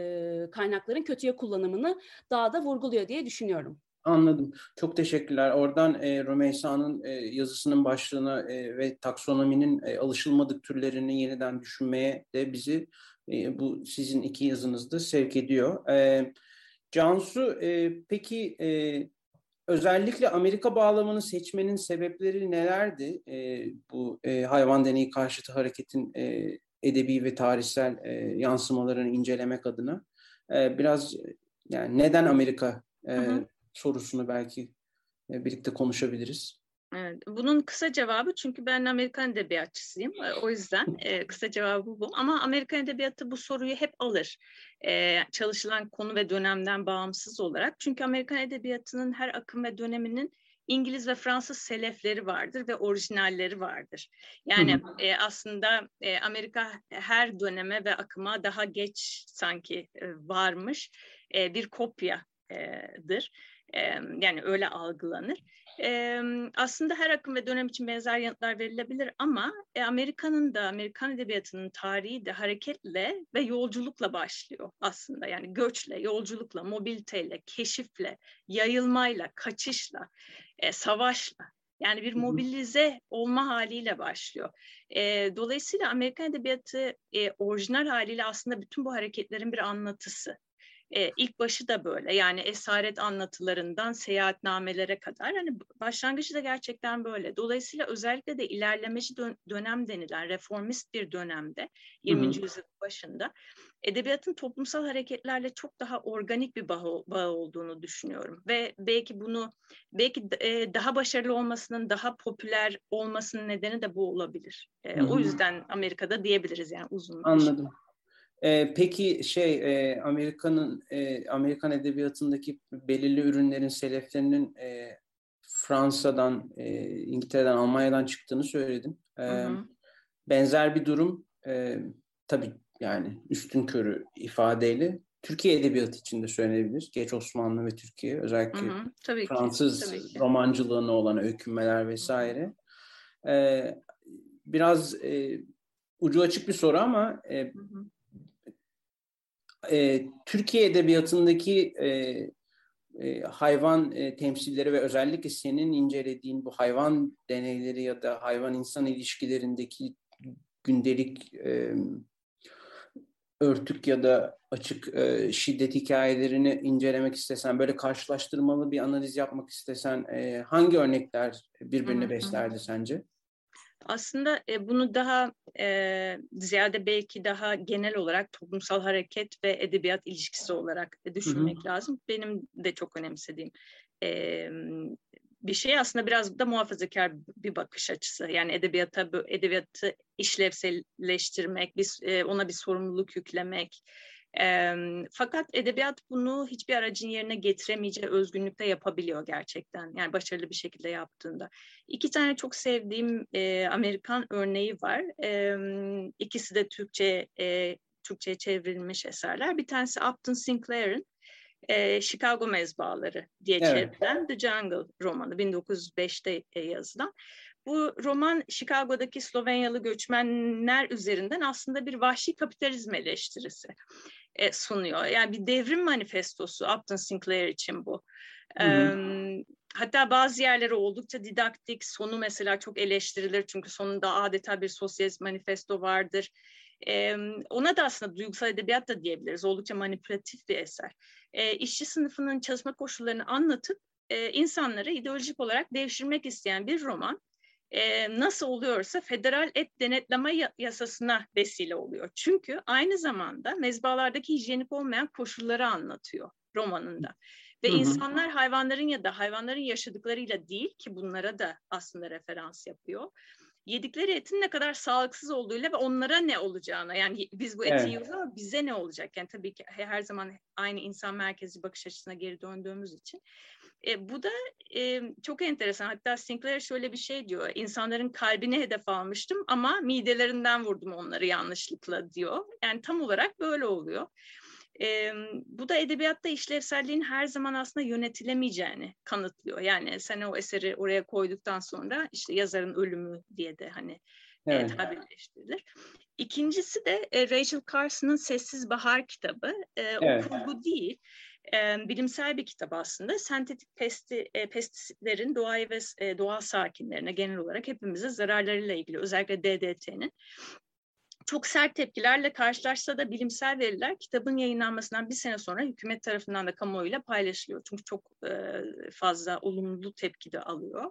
e, kaynakların kötüye kullanımını daha da vurguluyor diye düşünüyorum. Anladım. Çok teşekkürler. Oradan e, Rümeysa'nın e, yazısının başlığına e, ve taksonominin e, alışılmadık türlerini yeniden düşünmeye de bizi e, bu sizin iki yazınızda sevk ediyor. E, Cansu, e, peki e, özellikle Amerika bağlamını seçmenin sebepleri nelerdi? E, bu e, hayvan deneyi karşıtı hareketin e, edebi ve tarihsel e, yansımalarını incelemek adına. E, biraz yani neden Amerika e, hı hı. sorusunu belki e, birlikte konuşabiliriz. Evet, bunun kısa cevabı, çünkü ben Amerikan edebiyatçısıyım. O yüzden e, kısa cevabı bu. Ama Amerikan edebiyatı bu soruyu hep alır. E, çalışılan konu ve dönemden bağımsız olarak. Çünkü Amerikan edebiyatının her akım ve döneminin İngiliz ve Fransız selefleri vardır ve orijinalleri vardır. Yani hı hı. E, aslında e, Amerika her döneme ve akıma daha geç sanki e, varmış e, bir kopyadır. E, yani öyle algılanır. Ee, aslında her akım ve dönem için benzer yanıtlar verilebilir ama e, Amerika'nın da, Amerikan edebiyatının tarihi de hareketle ve yolculukla başlıyor aslında. Yani göçle, yolculukla, mobiliteyle, keşifle, yayılmayla, kaçışla, e, savaşla. Yani bir mobilize olma haliyle başlıyor. E, dolayısıyla Amerikan edebiyatı e, orijinal haliyle aslında bütün bu hareketlerin bir anlatısı. E, ilk başı da böyle, yani esaret anlatılarından seyahatnamelere kadar, hani başlangıcı da gerçekten böyle. Dolayısıyla özellikle de ilerlemeci dön- dönem denilen reformist bir dönemde yirminci yüzyılın başında edebiyatın toplumsal hareketlerle çok daha organik bir bağı, bağı olduğunu düşünüyorum ve belki bunu belki e, daha başarılı olmasının, daha popüler olmasının nedeni de bu olabilir. E, o yüzden Amerika'da diyebiliriz, yani uzun. Anladım. Ee, peki şey e, Amerika'nın e, Amerikan edebiyatındaki belirli ürünlerin seleflerinin e, Fransa'dan, e, İngiltere'den, Almanya'dan çıktığını söyledin. E, hı hı. Benzer bir durum e, tabii yani üstünkörü ifadeyle Türkiye edebiyatı için de söylenebilir. Geç Osmanlı ve Türkiye, özellikle hı hı. Tabii Fransız ki, tabii ki. romancılığına olan öykünmeler vesaire. Hı hı. E, biraz e, ucu açık bir soru ama e, hı hı. E, Türkiye edebiyatındaki e, e, hayvan e, temsilleri ve özellikle senin incelediğin bu hayvan deneyleri ya da hayvan-insan ilişkilerindeki gündelik e, örtük ya da açık e, şiddet hikayelerini incelemek istesen, böyle karşılaştırmalı bir analiz yapmak istesen e, hangi örnekler birbirini hı hı. beslerdi sence? Aslında e, bunu daha e, ziyade belki daha genel olarak toplumsal hareket ve edebiyat ilişkisi olarak düşünmek hı hı. lazım. Benim de çok önemsediğim e, bir şey aslında biraz da muhafazakar bir bakış açısı. Yani edebiyata, edebiyatı işlevselleştirmek, bir, e, ona bir sorumluluk yüklemek. E, fakat edebiyat bunu hiçbir aracın yerine getiremeyeceği özgünlükte yapabiliyor gerçekten. Yani başarılı bir şekilde yaptığında. İki tane çok sevdiğim e, Amerikan örneği var. E, ikisi de Türkçe e, Türkçe'ye çevrilmiş eserler. Bir tanesi Upton Sinclair'ın e, Chicago Mezbahaları diye evet. çevrilen The Jungle romanı, bin dokuz yüz beşte e, yazılan. Bu roman Chicago'daki Slovenyalı göçmenler üzerinden aslında bir vahşi kapitalizm eleştirisi e, sunuyor. Yani bir devrim manifestosu Upton Sinclair için bu. Hı hı. E, hatta bazı yerleri oldukça didaktik, sonu mesela çok eleştirilir çünkü sonunda adeta bir sosyalist manifesto vardır. E, ona da aslında duygusal edebiyat da diyebiliriz. Oldukça manipülatif bir eser. E, işçi sınıfının çalışma koşullarını anlatıp e, insanları ideolojik olarak devşirmek isteyen bir roman. e, nasıl oluyorsa federal et denetleme yasasına vesile oluyor. Çünkü aynı zamanda mezbalardaki hijyenik olmayan koşulları anlatıyor romanında. Ve hı hı. insanlar hayvanların ya da hayvanların yaşadıklarıyla değil ki bunlara da aslında referans yapıyor. Yedikleri etin ne kadar sağlıksız olduğuyla ve onlara ne olacağına, yani biz bu eti evet. yiyoruz ama bize ne olacak? Yani tabii ki her zaman aynı insan merkezli bakış açısına geri döndüğümüz için. E, bu da e, çok enteresan. Hatta Sinclair şöyle bir şey diyor. İnsanların kalbini hedef almıştım ama midelerinden vurdum onları yanlışlıkla diyor. Yani tam olarak böyle oluyor. E, bu da edebiyatta işlevselliğin her zaman aslında yönetilemeyeceğini kanıtlıyor. Yani sen o eseri oraya koyduktan sonra işte yazarın ölümü diye de hani evet. e, tabirleştirilir. İkincisi de e, Rachel Carson'ın Sessiz Bahar kitabı. E, evet. O kurgu değil. E, bilimsel bir kitap aslında. Sentetik pesti, e, pestisitlerin doğayı ve e, doğa sakinlerine genel olarak hepimize zararlarıyla ilgili, özellikle D D T'nin. Çok sert tepkilerle karşılaşsa da bilimsel veriler kitabın yayınlanmasından bir sene sonra hükümet tarafından da kamuoyuyla paylaşılıyor. Çünkü çok e, fazla olumlu tepki de alıyor.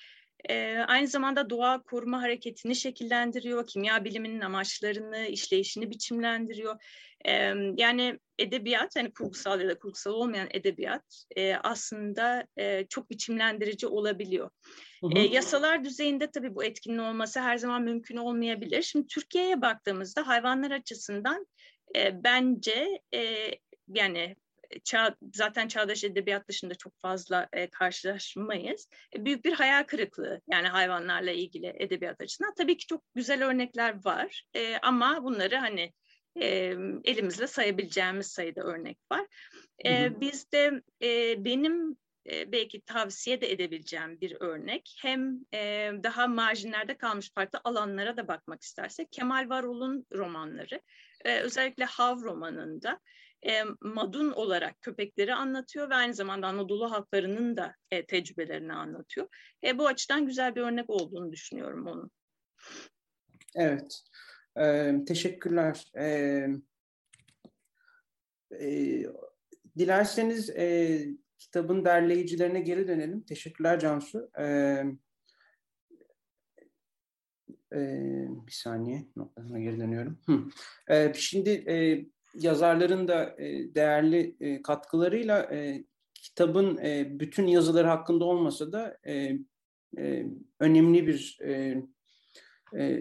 E, aynı zamanda doğa koruma hareketini şekillendiriyor, kimya biliminin amaçlarını, işleyişini biçimlendiriyor. E, yani edebiyat, yani kurgusal ya da kurgusal olmayan edebiyat e, aslında e, çok biçimlendirici olabiliyor. Hı hı. E, yasalar düzeyinde tabii bu etkinin olması her zaman mümkün olmayabilir. Şimdi Türkiye'ye baktığımızda hayvanlar açısından e, bence e, yani Çağ, zaten çağdaş edebiyat dışında çok fazla e, karşılaşmayız. E, büyük bir hayal kırıklığı yani hayvanlarla ilgili edebiyat açısından. Tabii ki çok güzel örnekler var e, ama bunları hani e, elimizle sayabileceğimiz sayıda örnek var. E, bizde e, benim e, belki tavsiye de edebileceğim bir örnek, hem e, daha marjinlerde kalmış farklı alanlara da bakmak istersek Kemal Varol'un romanları, e, özellikle Hav romanında E, madun olarak köpekleri anlatıyor ve aynı zamanda Anadolu halklarının da e, tecrübelerini anlatıyor. E, bu açıdan güzel bir örnek olduğunu düşünüyorum onun. Evet, e, teşekkürler. E, e, dilerseniz e, kitabın derleyicilerine geri dönelim. Teşekkürler Cansu. E, e, bir saniye, notlarıma geri dönüyorum. Hı. E, şimdi e, yazarların da e, değerli e, katkılarıyla e, kitabın e, bütün yazıları hakkında olmasa da e, e, önemli bir e, e,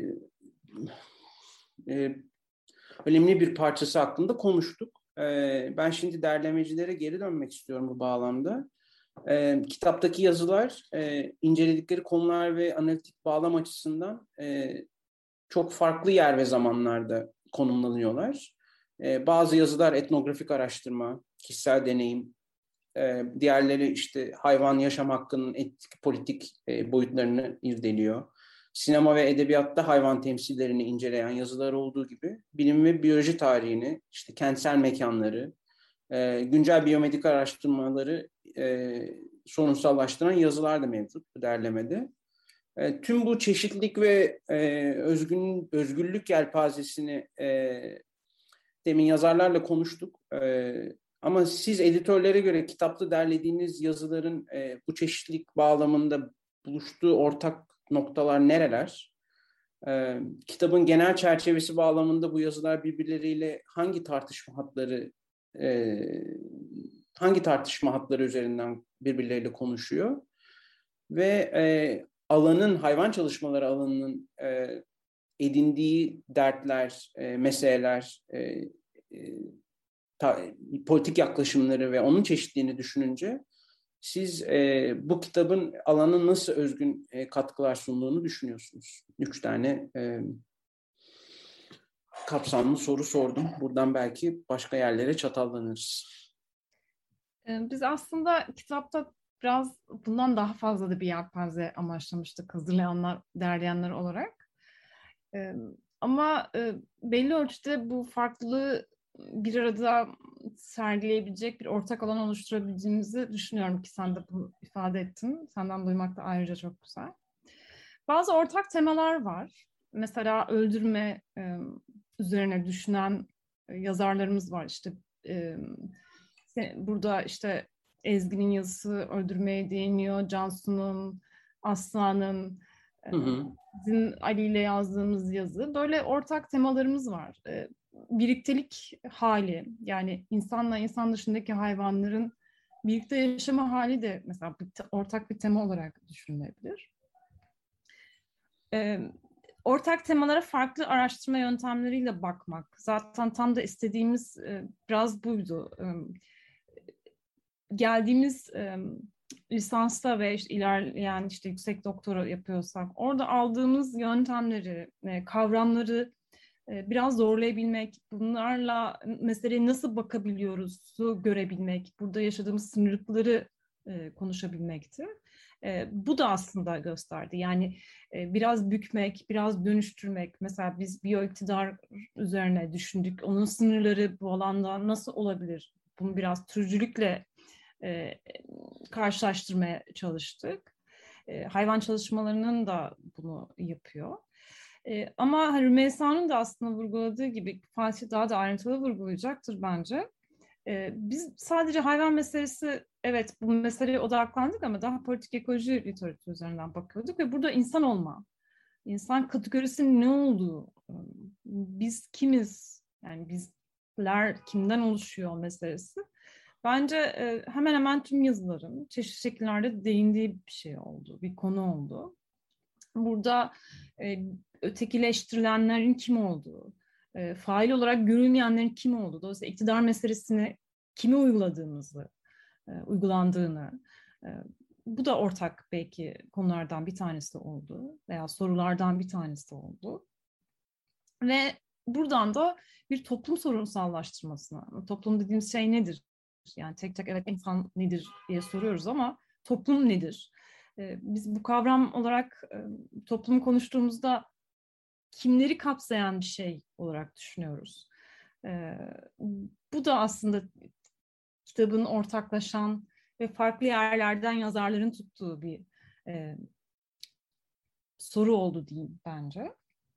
e, önemli bir parçası hakkında konuştuk. E, ben şimdi derlemecilere geri dönmek istiyorum bu bağlamda. E, kitaptaki yazılar e, inceledikleri konular ve analitik bağlam açısından e, çok farklı yer ve zamanlarda konumlanıyorlar. Ee, bazı yazılar etnografik araştırma, kişisel deneyim, e, diğerleri işte hayvan yaşam hakkının etik, politik e, boyutlarını irdeliyor. Sinema ve edebiyatta hayvan temsillerini inceleyen yazılar olduğu gibi bilim ve biyoloji tarihini, işte kentsel mekanları, e, güncel biyomedik araştırmaları e, sorunsallaştıran yazılar da mevcut bu derlemede. E, tüm bu çeşitlilik ve e, özgün, özgürlük yelpazesini e, demin yazarlarla konuştuk. E, ama siz editörlere göre kitapta derlediğiniz yazıların e, bu çeşitlilik bağlamında buluştuğu ortak noktalar nereler? E, kitabın genel çerçevesi bağlamında bu yazılar birbirleriyle hangi tartışma hatları e, hangi tartışma hatları üzerinden birbirleriyle konuşuyor? Ve e, alanın, hayvan çalışmaları alanının e, edindiği dertler, e, meseleler, e, e, ta, politik yaklaşımları ve onun çeşitliliğini düşününce siz e, bu kitabın alanın nasıl özgün e, katkılar sunduğunu düşünüyorsunuz? Üç tane e, kapsamlı soru sordum. Buradan belki başka yerlere çatallanırız. Biz aslında kitapta biraz bundan daha fazla da bir yelpaze amaçlamıştık hazırlayanlar, derleyenler olarak. Ee, ama e, belli ölçüde bu farklılığı bir arada sergileyebilecek bir ortak alan oluşturabileceğimizi düşünüyorum ki sen de bunu ifade ettin. Senden duymak da ayrıca çok güzel. Bazı ortak temalar var. Mesela öldürme e, üzerine düşünen e, yazarlarımız var. İşte e, burada işte Ezgi'nin yazısı öldürmeye değiniyor, Cansu'nun, Aslan'ın, Hı hı. Bizim Ali ile yazdığımız yazı. Böyle ortak temalarımız var. Birliktelik hali, yani insanla insan dışındaki hayvanların birlikte yaşama hali de mesela bir, ortak bir tema olarak düşünülebilir. Ee, ortak temalara farklı araştırma yöntemleriyle bakmak. Zaten tam da istediğimiz e, biraz buydu. E, geldiğimiz e, lisansta ve işte ilerleyen işte yüksek doktora yapıyorsak orada aldığımız yöntemleri, e, kavramları e, biraz zorlayabilmek, bunlarla meseleye nasıl bakabiliyoruzu görebilmek, burada yaşadığımız sınırlıkları e, konuşabilmekti. E, bu da aslında gösterdi. Yani e, biraz bükmek, biraz dönüştürmek. Mesela biz biyoiktidar üzerine düşündük. Onun sınırları bu alanda nasıl olabilir? Bunu biraz türcülükle e, karşılaştırmaya çalıştık. E, hayvan çalışmalarının da bunu yapıyor. E, ama Rümeysa'nın da aslında vurguladığı gibi Fatih daha da ayrıntılı vurgulayacaktır bence. E, biz sadece hayvan meselesi, evet bu meseleye odaklandık ama daha politik ekoloji literatürü üzerinden bakıyorduk ve burada insan olma, insan kategorisinin ne olduğu, biz kimiz, yani bizler kimden oluşuyor meselesi. Bence e, hemen hemen tüm yazıların çeşitli şekillerde değindiği bir şey oldu, bir konu oldu. Burada e, ötekileştirilenlerin kim olduğu, e, fail olarak görülmeyenlerin kim olduğu, dolayısıyla iktidar meselesini kime uyguladığımızı, e, uygulandığını, e, bu da ortak belki konulardan bir tanesi oldu veya sorulardan bir tanesi oldu. Ve buradan da bir toplum sorunsallaştırmasına, toplum dediğimiz şey nedir? Yani tek tek evet insan nedir diye soruyoruz ama toplum nedir? Biz bu kavram olarak toplumu konuştuğumuzda kimleri kapsayan bir şey olarak düşünüyoruz. Bu da aslında kitabın ortaklaşan ve farklı yerlerden yazarların tuttuğu bir soru oldu diyeyim bence.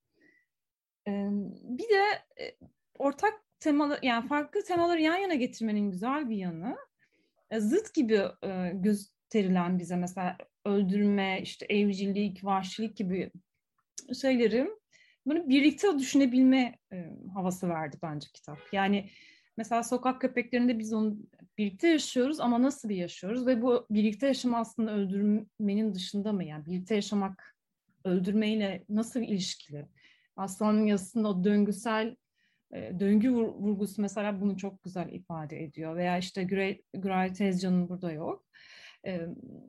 Bir de ortak temalar, yani farklı temaları yan yana getirmenin güzel bir yanı, zıt gibi gösterilen bize mesela öldürme, işte evcillik, vahşilik gibi şeyleri bunu birlikte düşünebilme e, havası verdi bence kitap. Yani mesela sokak köpeklerinde biz onu birlikte yaşıyoruz ama nasıl bir yaşıyoruz ve bu birlikte yaşam aslında öldürmenin dışında mı? Yani birlikte yaşamak öldürmeyle nasıl ilişkili? Aslan'ın yazısında o döngüsel e, döngü vurgusu mesela bunu çok güzel ifade ediyor. Veya işte Güray, Güray Tezcan'ın burada yok. E,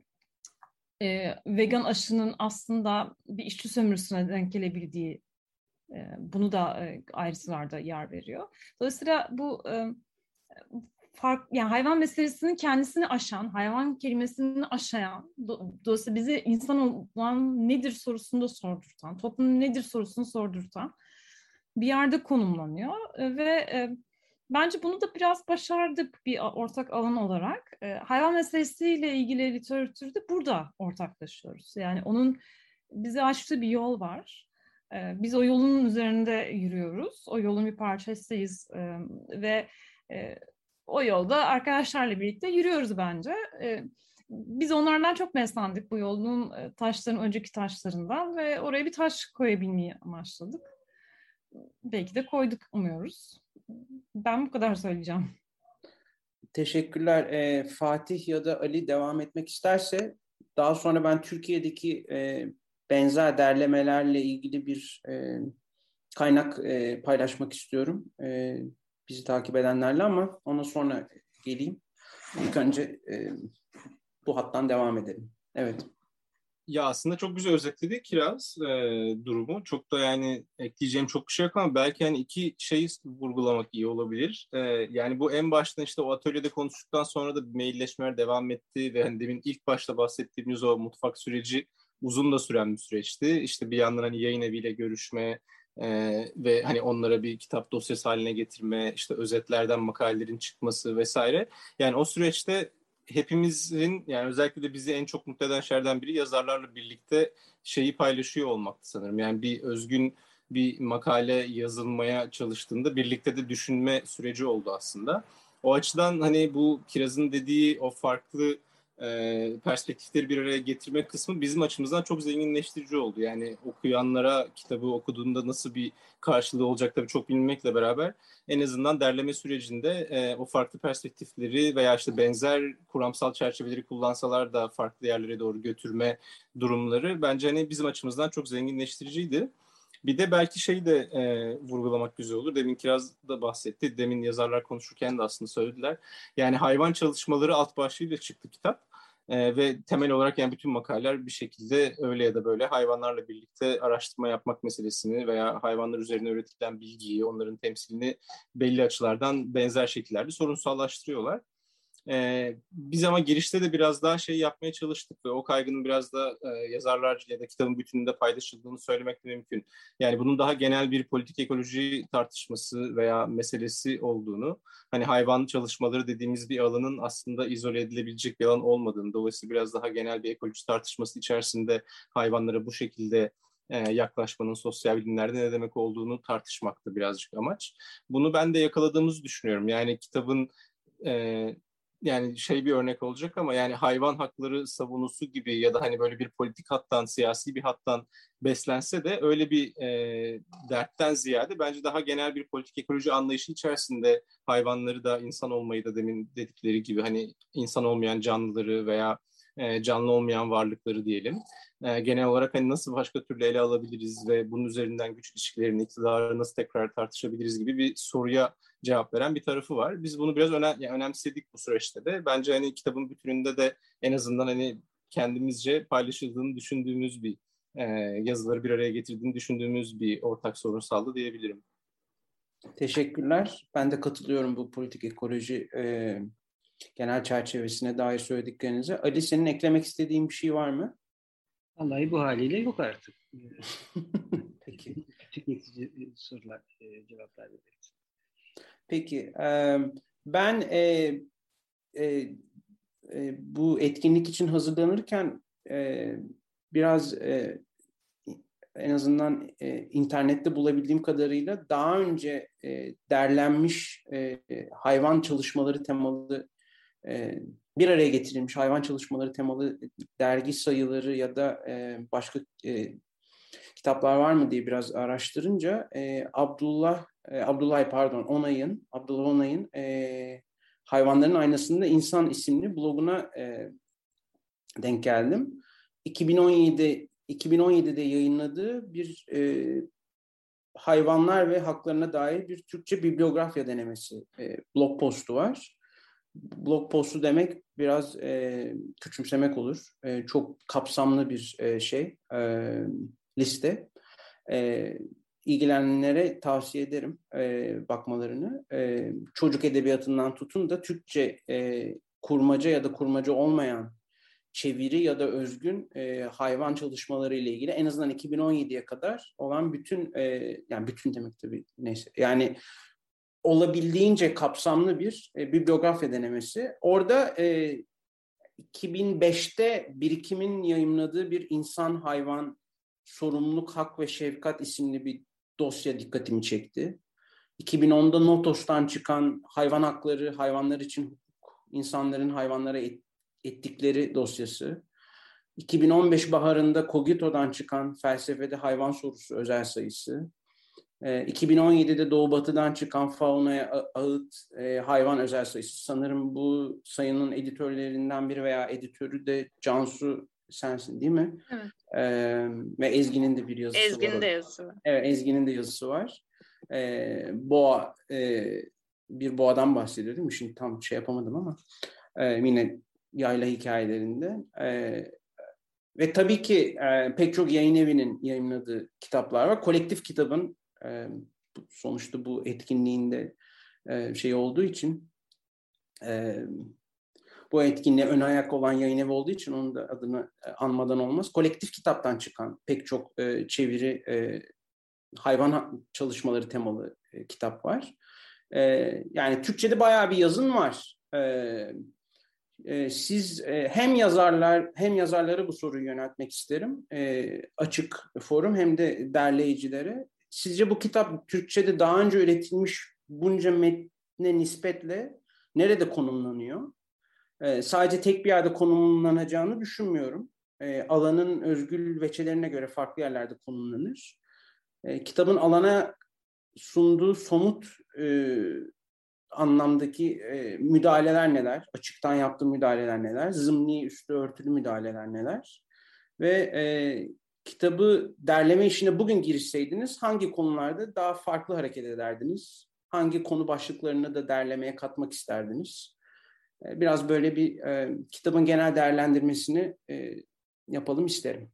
e, vegan aşının aslında bir işçi sömürüsüne denk gelebildiği, e, bunu da e, ayrıntılarda yer veriyor. Dolayısıyla bu e, fark, yani hayvan meselesinin kendisini aşan, hayvan kelimesini aşayan, do, dolayısıyla bizi insan olan nedir sorusunu da sordurtan, toplum nedir sorusunu sordurtan bir yerde konumlanıyor ve e, bence bunu da biraz başardık bir ortak alan olarak. E, hayvan meselesiyle ilgili literatürde burada ortaklaşıyoruz. Yani onun bize açtığı bir yol var. E, biz o yolun üzerinde yürüyoruz. O yolun bir parçasıyız e, ve e, o yolda arkadaşlarla birlikte yürüyoruz bence. E, biz onlardan çok beslendik bu yolun e, taşların önceki taşlarından ve oraya bir taş koyabilmeyi amaçladık. Belki de koyduk umuyoruz. Ben bu kadar söyleyeceğim. Teşekkürler. E, Fatih ya da Ali devam etmek isterse daha sonra ben Türkiye'deki e, benzer derlemelerle ilgili bir e, kaynak e, paylaşmak istiyorum. E, bizi takip edenlerle ama ona sonra geleyim. İlk önce e, bu hattan devam edelim. Evet. Ya aslında çok güzel özetledi Kiraz e, durumu. Çok da yani ekleyeceğim çok bir şey yok ama belki hani iki şeyi vurgulamak iyi olabilir. E, yani bu en baştan işte o atölyede konuştuktan sonra da mailleşmeler devam etti ve hani demin ilk başta bahsettiğimiz o mutfak süreci uzun da süren bir süreçti. İşte bir yandan hani yayın eviyle görüşme e, ve hani onlara bir kitap dosyası haline getirme, işte özetlerden makalelerin çıkması vesaire. Yani o süreçte hepimizin, yani özellikle de bizi en çok mutlu eden şeylerden biri yazarlarla birlikte şeyi paylaşıyor olmaktı sanırım. Yani bir özgün bir makale yazılmaya çalıştığında birlikte de düşünme süreci oldu aslında. O açıdan hani bu Kiraz'ın dediği o farklı e, perspektifleri bir araya getirme kısmı bizim açımızdan çok zenginleştirici oldu. Yani okuyanlara kitabı okuduğunda nasıl bir karşılığı olacak tabii çok bilmekle beraber en azından derleme sürecinde e, o farklı perspektifleri veya işte benzer kuramsal çerçeveleri kullansalar da farklı yerlere doğru götürme durumları bence hani bizim açımızdan çok zenginleştiriciydi. Bir de belki şeyi de e, vurgulamak güzel olur. Demin Kiraz da bahsetti. Demin yazarlar konuşurken de aslında söylediler. Yani hayvan çalışmaları alt başlığıyla çıktı kitap. E, ve temel olarak yani bütün makaleler bir şekilde öyle ya da böyle hayvanlarla birlikte araştırma yapmak meselesini veya hayvanlar üzerine üretilen bilgiyi, onların temsilini belli açılardan benzer şekillerde sorunsallaştırıyorlar. Ee, biz ama girişte de biraz daha şey yapmaya çalıştık ve o kaygının biraz da e, yazarlar ya da kitabın bütününde paylaşıldığını söylemek de mümkün. Yani bunun daha genel bir politik ekoloji tartışması veya meselesi olduğunu, hani hayvan çalışmaları dediğimiz bir alanın aslında izole edilebilecek bir alan olmadığını, dolayısıyla biraz daha genel bir ekoloji tartışması içerisinde hayvanlara bu şekilde e, yaklaşmanın sosyal bilimlerde ne demek olduğunu tartışmaktı birazcık amaç. Bunu ben de yakaladığımızı düşünüyorum. Yani kitabın e, yani şey bir örnek olacak ama yani hayvan hakları savunusu gibi ya da hani böyle bir politik hattan, siyasi bir hattan beslense de öyle bir e, dertten ziyade bence daha genel bir politik ekoloji anlayışı içerisinde hayvanları da insan olmayı da demin dedikleri gibi hani insan olmayan canlıları veya e, canlı olmayan varlıkları diyelim. E, genel olarak hani nasıl başka türlü ele alabiliriz ve bunun üzerinden güç ilişkilerini, iktidarı nasıl tekrar tartışabiliriz gibi bir soruya cevap veren bir tarafı var. Biz bunu biraz önem, yani önemsedik bu süreçte de. Bence hani kitabın bütününde de en azından hani kendimizce paylaşıldığını düşündüğümüz bir e, yazıları bir araya getirdiğini düşündüğümüz bir ortak sorunsaldı diyebilirim. Teşekkürler. Ben de katılıyorum bu politik ekoloji e, genel çerçevesine dair söylediklerinize. Ali, senin eklemek istediğin bir şey var mı? Vallahi bu haliyle yok artık. Peki. Tüketici sorular, cevaplar veririz. Peki. E, ben e, e, e, bu etkinlik için hazırlanırken e, biraz e, en azından e, internette bulabildiğim kadarıyla daha önce e, derlenmiş e, hayvan çalışmaları temalı e, bir araya getirilmiş hayvan çalışmaları temalı dergi sayıları ya da e, başka e, kitaplar var mı diye biraz araştırınca e, Abdullah e, Abdullah pardon Onay'ın Abdullah Onay'ın e, Hayvanların Aynasında İnsan isimli bloguna e, denk geldim. iki bin on yedi iki bin on yedide yayınladığı bir e, hayvanlar ve haklarına dair bir Türkçe bibliografya denemesi e, blog postu var. Blog postu demek biraz e, küçümsemek olur. E, çok kapsamlı bir e, şey, e, liste. E, ilgilenenlere tavsiye ederim e, bakmalarını. E, çocuk edebiyatından tutun da Türkçe e, kurmaca ya da kurmaca olmayan çeviri ya da özgün e, hayvan çalışmaları ile ilgili en azından iki bin on yediye kadar olan bütün e, yani bütün demek tabii neyse yani olabildiğince kapsamlı bir e, bibliografya denemesi. Orada e, iki bin beşte Birikim'in yayımladığı bir insan hayvan sorumluluk hak ve şefkat isimli bir dosya dikkatimi çekti. iki bin onda Notos'tan çıkan hayvan hakları, hayvanlar için hukuk, insanların hayvanlara et, ettikleri dosyası. iki bin on beş baharında Cogito'dan çıkan felsefede hayvan sorusu özel sayısı. E, iki bin on yedide Doğu Batı'dan çıkan Fauna'ya Ağıt e, hayvan özel sayısı. Sanırım bu sayının editörlerinden biri veya editörü de Cansu sensin değil mi? Evet. E, ve Ezgi'nin de bir yazısı Ezgi'nin var. Ezgi'nin de yazısı var. Evet, Ezgi'nin de yazısı var. E, boğa, e, bir boğadan bahsediyor değil mi? Şimdi tam şey yapamadım ama e, yine yayla hikayelerinde. E, ve tabii ki e, pek çok yayın evinin yayınladığı kitaplar var. Kolektif kitabın e, sonuçta bu etkinliğinde e, şey olduğu için e, bu etkinliğe ön ayak olan yayın evi olduğu için onun da adını e, anmadan olmaz. Kolektif kitaptan çıkan pek çok e, çeviri e, hayvan çalışmaları temalı e, kitap var. E, yani Türkçe'de bayağı bir yazın var. E, e, siz e, hem yazarlar hem yazarlara bu soruyu yöneltmek isterim. E, açık forum hem de derleyicilere. Sizce bu kitap Türkçe'de daha önce üretilmiş bunca metne nispetle nerede konumlanıyor? E, sadece tek bir yerde konumlanacağını düşünmüyorum. E, alanın özgül veçelerine göre farklı yerlerde konumlanır. E, kitabın alana sunduğu somut e, anlamdaki e, müdahaleler neler? Açıktan yaptığı müdahaleler neler? Zımni, üstü örtülü müdahaleler neler? Ve e, kitabı derleme işine bugün girişseydiniz hangi konularda daha farklı hareket ederdiniz? Hangi konu başlıklarını da derlemeye katmak isterdiniz? E, biraz böyle bir e, kitabın genel değerlendirmesini e, yapalım isterim.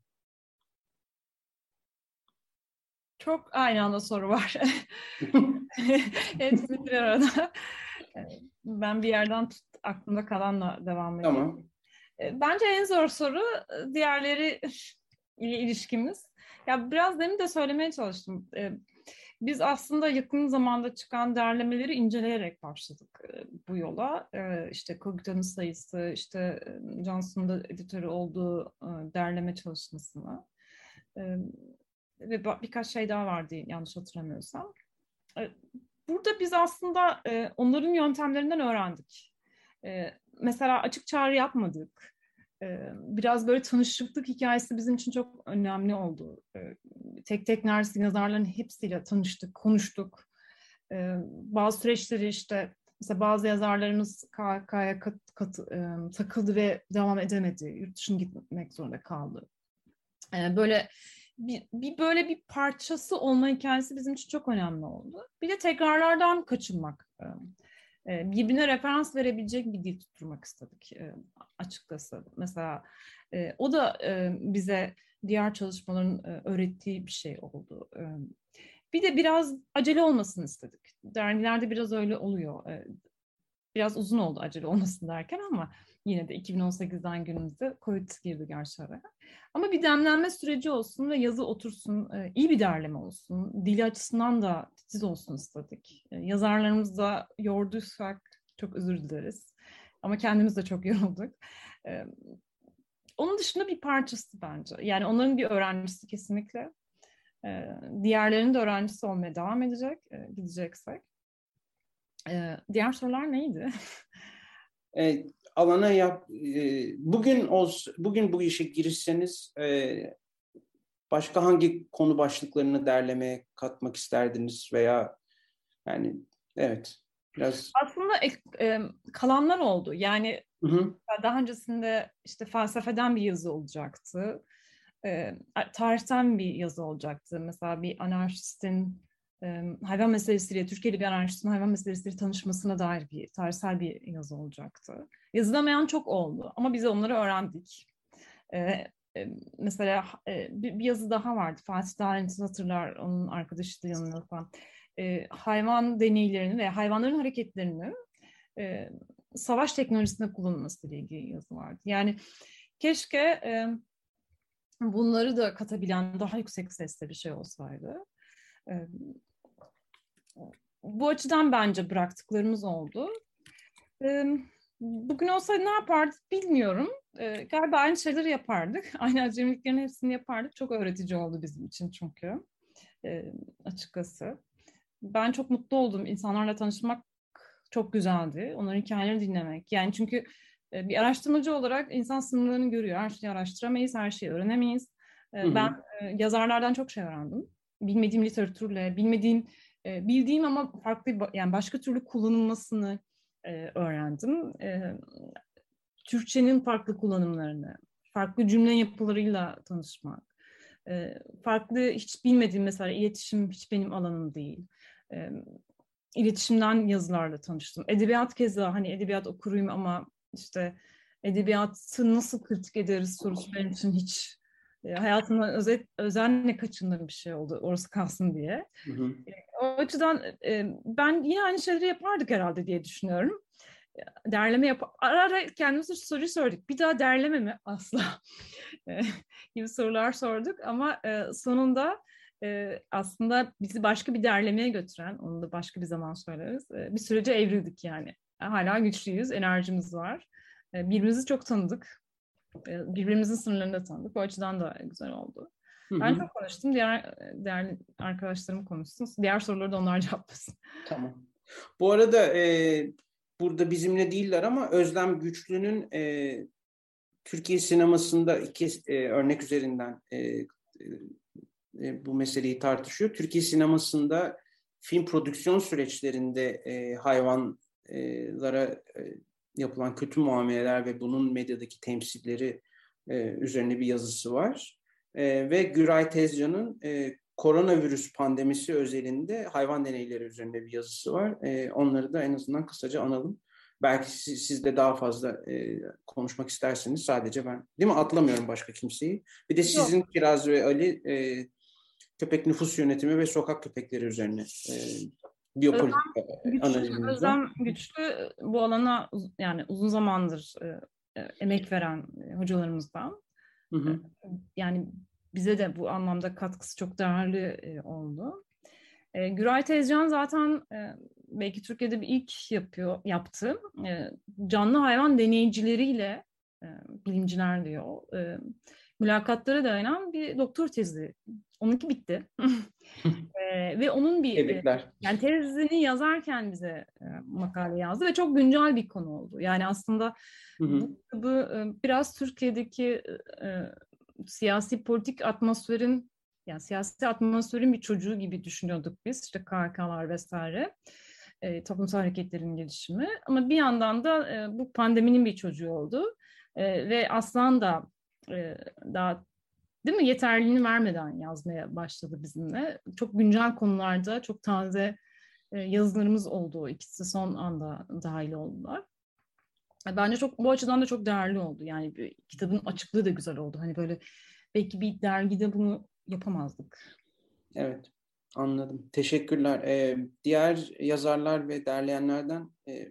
Çok aynı anda soru var. Hepsi bir arada. Ben bir yerden tut, aklımda kalanla devam edeyim. Tamam. Bence en zor soru diğerleri ile ilişkimiz. Ya biraz demin de söylemeye çalıştım. Biz aslında yakın zamanda çıkan derlemeleri inceleyerek başladık bu yola. İşte Cogita'nın sayısı, işte Johnson'da editörü olduğu derleme çalışmasına. Ve birkaç şey daha vardı yanlış hatırlamıyorsam. Burada biz aslında onların yöntemlerinden öğrendik. Mesela açık çağrı yapmadık. Biraz böyle tanışıklık hikayesi bizim için çok önemli oldu. Tek tek neredeyse yazarların hepsiyle tanıştık, konuştuk. Bazı süreçleri işte mesela bazı yazarlarımız K H K'ya kat, kat, takıldı ve devam edemedi. Yurt dışına gitmek zorunda kaldı. Böyle bir, bir böyle bir parçası olma hikayesi bizim için çok önemli oldu. Bir de tekrarlardan kaçınmak. Birbirine referans verebilecek bir dil tutturmak istedik açıkçası. Mesela o da bize diğer çalışmaların öğrettiği bir şey oldu. Bir de biraz acele olmasını istedik. Dergilerde biraz öyle oluyor. Biraz uzun oldu acele olmasın derken ama yine de iki bin on sekizden günümüzde Covid girdi gerçi araya. Ama bir demlenme süreci olsun ve yazı otursun, iyi bir derleme olsun. Dili açısından da titiz olsun istedik. Yazarlarımız da yorduysak çok özür dileriz. Ama kendimiz de çok yorulduk. Onun dışında bir parçası bence. Yani onların bir öğrencisi kesinlikle. Diğerlerinin de öğrencisi olmaya devam edecek, gideceksek. Diğer sorular neydi? E, alana yap. E, bugün olsa, bugün bu işe girişseniz e, başka hangi konu başlıklarını derlemeye katmak isterdiniz veya yani evet biraz aslında e, kalanlar oldu. Yani hı hı. daha öncesinde işte felsefeden bir yazı olacaktı. E, tarihten bir yazı olacaktı. Mesela bir anarşistin hayvan meselesiyle, Türkiye'li bir anarşistin hayvan meselesiyle tanışmasına dair bir tarihsel bir yazı olacaktı. Yazılamayan çok oldu ama biz onları öğrendik. Ee, e, mesela e, bir, bir yazı daha vardı. Fatih Dağlı'nın hatırlar, onun arkadaşı da yanılmıyorsam. Ee, hayvan deneylerini ve hayvanların hareketlerini e, savaş teknolojisinde kullanılması ile ilgili yazı vardı. Yani keşke e, bunları da katabilen daha yüksek sesle bir şey olsaydı. E, Bu açıdan bence bıraktıklarımız oldu. Bugün olsaydı ne yapardık bilmiyorum. Galiba aynı şeyleri yapardık. Aynı acemiliklerin hepsini yapardık. Çok öğretici oldu bizim için çünkü. Açıkçası. Ben çok mutlu oldum. İnsanlarla tanışmak çok güzeldi. Onların hikayelerini dinlemek. Yani çünkü bir araştırmacı olarak insan sınırlarını görüyor. Her şeyi araştıramayız, her şeyi öğrenemeyiz. Hı hı. Ben yazarlardan çok şey öğrendim. Bilmediğim literatürle, bilmediğim bildiğim ama farklı yani başka türlü kullanılmasını e, öğrendim. E, Türkçenin farklı kullanımlarını, farklı cümle yapılarıyla tanışmak, e, farklı hiç bilmediğim mesela iletişim hiç benim alanım değil. E, iletişimden yazılarla tanıştım. Edebiyat keza hani edebiyat okuruyum ama işte edebiyatı nasıl kritik ederiz sorusu benim için hiç hayatımdan özet, özenle kaçındığım bir şey oldu. Orası kalsın diye. Hı hı. O açıdan e, ben yine aynı şeyleri yapardık herhalde diye düşünüyorum. Derleme yap. Ara ara kendimize soruyu sorduk. Bir daha derleme mi? Asla. gibi sorular sorduk ama e, sonunda e, aslında bizi başka bir derlemeye götüren, onu da başka bir zaman söyleriz. E, bir sürece evrildik yani. Hala güçlüyüz, enerjimiz var. E, birbirimizi çok tanıdık. Birbirimizin sınırlarını da tanıdık. Bu açıdan da güzel oldu. Hı-hı. Ben çok konuştum. Diğer değerli arkadaşlarım konuşsun. Diğer soruları da onlar cevaplasın. Tamam. Bu arada e, burada bizimle değiller ama Özlem Güçlü'nün e, Türkiye sinemasında iki e, örnek üzerinden e, e, bu meseleyi tartışıyor. Türkiye sinemasında film prodüksiyon süreçlerinde e, hayvanlara e, yapılan kötü muameleler ve bunun medyadaki temsilleri e, üzerine bir yazısı var. E, ve Güray Tezcan'ın e, koronavirüs pandemisi özelinde hayvan deneyleri üzerine bir yazısı var. E, onları da en azından kısaca analım. Belki siz, siz de daha fazla e, konuşmak isterseniz sadece ben. Değil mi? Atlamıyorum başka kimseyi. Bir de sizin Yok. Kiraz ve Ali e, köpek nüfus yönetimi ve sokak köpekleri üzerine e, biyopolitik analiziniz var. Özlem Güçlü bu alana yani uzun zamandır e, e, emek veren e, hocalarımızdan. Hı hı. E, yani bize de bu anlamda katkısı çok değerli e, oldu. E, Güray Tezcan zaten e, belki Türkiye'de bir ilk yapıyor, yaptı. E, canlı hayvan deneyicileriyle e, bilimciler diyor. E, mülakatlara dayanan bir doktor tezi. Onunki bitti. e, ve onun bir e, yani tezini yazarken bize e, makale yazdı ve çok güncel bir konu oldu. Yani aslında hı hı. bu, bu e, biraz Türkiye'deki e, siyasi politik atmosferin yani siyasi atmosferin bir çocuğu gibi düşünüyorduk biz. İşte K H K'lar vesaire. E, toplumsal hareketlerin gelişimi. Ama bir yandan da e, bu pandeminin bir çocuğu oldu. E, ve Aslan da e, daha değil mi yeterliliğini vermeden yazmaya başladı bizimle. Çok güncel konularda çok taze e, yazılarımız oldu. İkisi son anda dahil oldular. E, bence çok bu açıdan da çok değerli oldu. Yani bir, kitabın açıklığı da güzel oldu. Hani böyle belki bir dergide bunu yapamazdık. Evet, anladım. Teşekkürler. Ee, diğer yazarlar ve derleyenlerden e,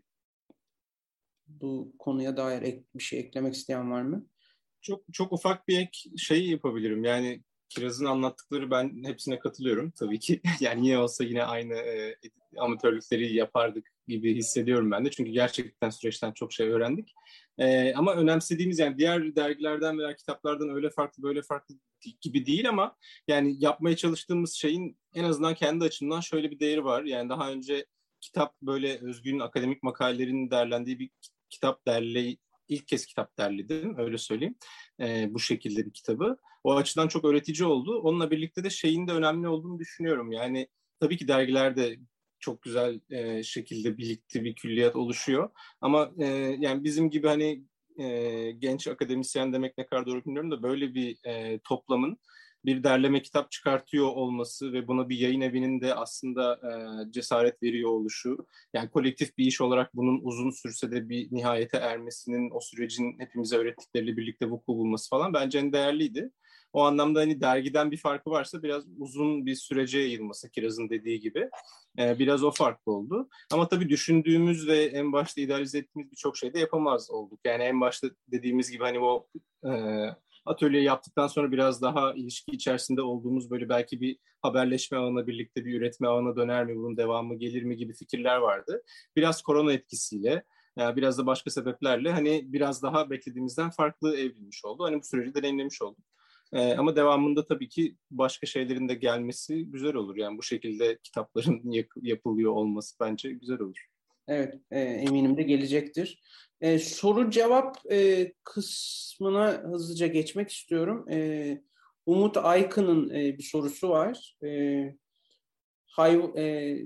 bu konuya dair ek, bir şey eklemek isteyen var mı? Çok çok ufak bir ek şey yapabilirim. Yani Kiraz'ın anlattıkları ben hepsine katılıyorum tabii ki. Yani yine olsa yine aynı e, amatörlükleri yapardık gibi hissediyorum ben de. Çünkü gerçekten süreçten çok şey öğrendik. E, ama önemsediğimiz yani diğer dergilerden veya kitaplardan öyle farklı böyle farklı gibi değil ama yani yapmaya çalıştığımız şeyin en azından kendi açımdan şöyle bir değeri var. Yani daha önce kitap böyle Özgün'ün akademik makalelerinin derlendiği bir kitap derleyi ilk kez kitap derledim, öyle söyleyeyim. E, bu şekilde bir kitabı. O açıdan çok öğretici oldu. Onunla birlikte de şeyin de önemli olduğunu düşünüyorum. Yani tabii ki dergilerde çok güzel e, şekilde birlikte bir külliyat oluşuyor. Ama e, yani bizim gibi hani e, genç akademisyen demek ne kadar doğru bilmiyorum da böyle bir e, toplamın bir derleme kitap çıkartıyor olması ve buna bir yayın evinin de aslında e, cesaret veriyor oluşu. Yani kolektif bir iş olarak bunun uzun sürse de bir nihayete ermesinin, o sürecin hepimize öğrettikleriyle birlikte vuku bulması falan bence en değerliydi. O anlamda hani dergiden bir farkı varsa biraz uzun bir sürece yayılması Kiraz'ın dediği gibi. E, biraz o farklı oldu. Ama tabii düşündüğümüz ve en başta idealize ettiğimiz birçok şey de yapamaz olduk. Yani en başta dediğimiz gibi hani o... E, atölye yaptıktan sonra biraz daha ilişki içerisinde olduğumuz böyle belki bir haberleşme ağına birlikte bir üretme ağına döner mi, bunun devamı gelir mi gibi fikirler vardı. Biraz korona etkisiyle, yani biraz da başka sebeplerle hani biraz daha beklediğimizden farklı evrilmiş oldu. Hani bu süreci deneyimlemiş olduk. Ee, ama devamında tabii ki başka şeylerin de gelmesi güzel olur. Yani bu şekilde kitapların yapılıyor olması bence güzel olur. Evet, e, eminim de gelecektir. E, soru cevap e, kısmına hızlıca geçmek istiyorum. E, Umut Aykın'ın e, bir sorusu var. E, hay, e,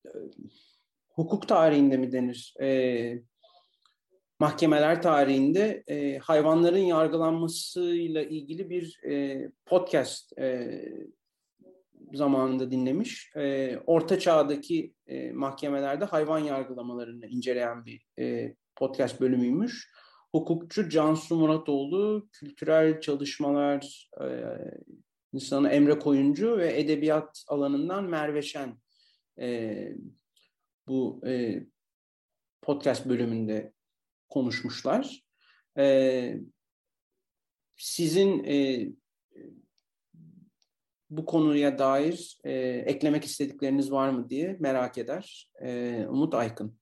hukuk tarihinde mi denir? E, mahkemeler tarihinde e, hayvanların yargılanmasıyla ilgili bir e, podcast e, zamanında dinlemiş. E, Orta Çağ'daki e, mahkemelerde hayvan yargılamalarını inceleyen bir e, podcast bölümüymüş. Hukukçu Cansu Muratoğlu, kültürel çalışmalar e, insanı Emre Koyuncu ve edebiyat alanından Merve Şen e, bu e, podcast bölümünde konuşmuşlar. E, sizin e, bu konuya dair e, eklemek istedikleriniz var mı diye merak eder. E, Umut Aykın.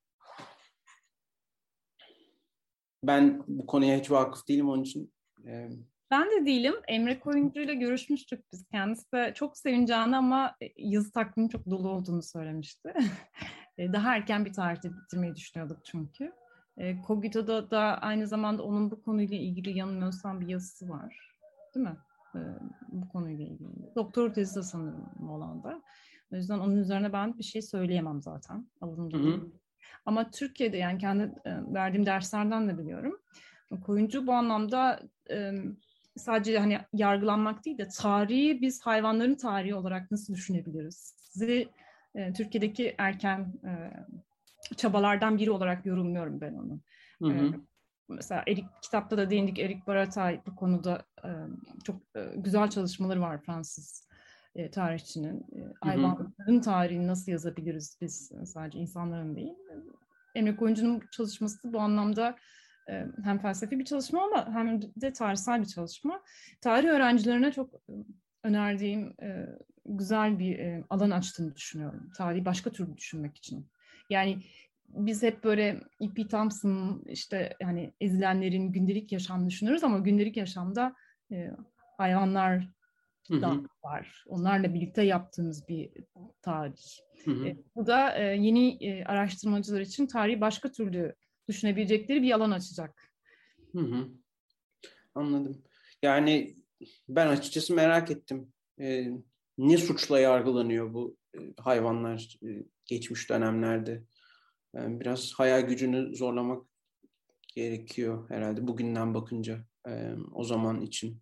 Ben bu konuya hiç vakıf değilim, onun için. E... Ben de değilim. Emre Koyuncu ile görüşmüştük biz. Kendisi de çok sevineceğini ama yazı takvimi çok dolu olduğunu söylemişti. E, daha erken bir tarihte bitirmeyi düşünüyorduk çünkü. E, Cogito'da da aynı zamanda onun bu konuyla ilgili yanılmıyorsam bir yazısı var. Değil mi? E, bu konuyla ilgili. Doktor tezi de sanırım olan da. O yüzden onun üzerine ben bir şey söyleyemem zaten. Alanımda değil. Ama Türkiye'de yani kendi e, verdiğim derslerden de biliyorum. Koyuncu bu anlamda e, sadece hani yargılanmak değil de tarihi biz hayvanların tarihi olarak nasıl düşünebiliriz? Sizi e, Türkiye'deki erken e, çabalardan biri olarak yorumluyorum ben onu. Hı hı. E, mesela Erik, kitapta da değindik, Erik Baratay bu konuda e, çok e, güzel çalışmaları var Fransız e, tarihçinin. E, hayvanların tarihini nasıl yazabiliriz biz, sadece insanların değil. Emre Koyuncu'nun çalışması bu anlamda e, hem felsefi bir çalışma ama hem de tarihsel bir çalışma. Tarih öğrencilerine çok önerdiğim e, güzel bir e, alan açtığını düşünüyorum. Tarihi başka türlü düşünmek için. Yani biz hep böyle E P Thompson, işte yani ezilenlerin gündelik yaşamını düşünürüz ama gündelik yaşamda e, hayvanlar da var. Onlarla birlikte yaptığımız bir tarih. Hı hı. E, bu da e, yeni e, araştırmacılar için tarihi başka türlü düşünebilecekleri bir alan açacak. Hı hı. Anladım. Yani ben açıkçası merak ettim. E, ne suçla yargılanıyor bu e, hayvanlar e, geçmiş dönemlerde? Yani biraz hayal gücünü zorlamak gerekiyor herhalde bugünden bakınca e, o zaman için.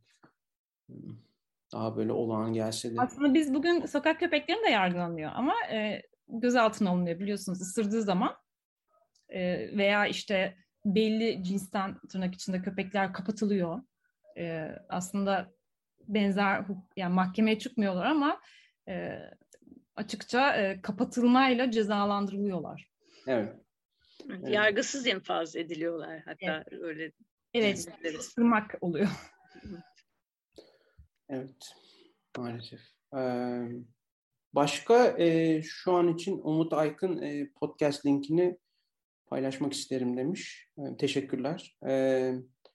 Daha böyle olağan gelse de. Aslında biz bugün sokak köpeklerin de yargılanıyor ama e, gözaltına alınıyor biliyorsunuz ısırdığı zaman e, veya işte belli cinsten tırnak içinde köpekler kapatılıyor. E, aslında benzer yani mahkemeye çıkmıyorlar ama e, açıkça e, kapatılmayla cezalandırılıyorlar. Evet. Evet. Yargısız infaz ediliyorlar hatta evet. öyle. Evet, ısırmak oluyor. Evet, maalesef. Ee, başka e, şu an için Umut Aykın e, podcast linkini paylaşmak isterim demiş. E, teşekkürler. E,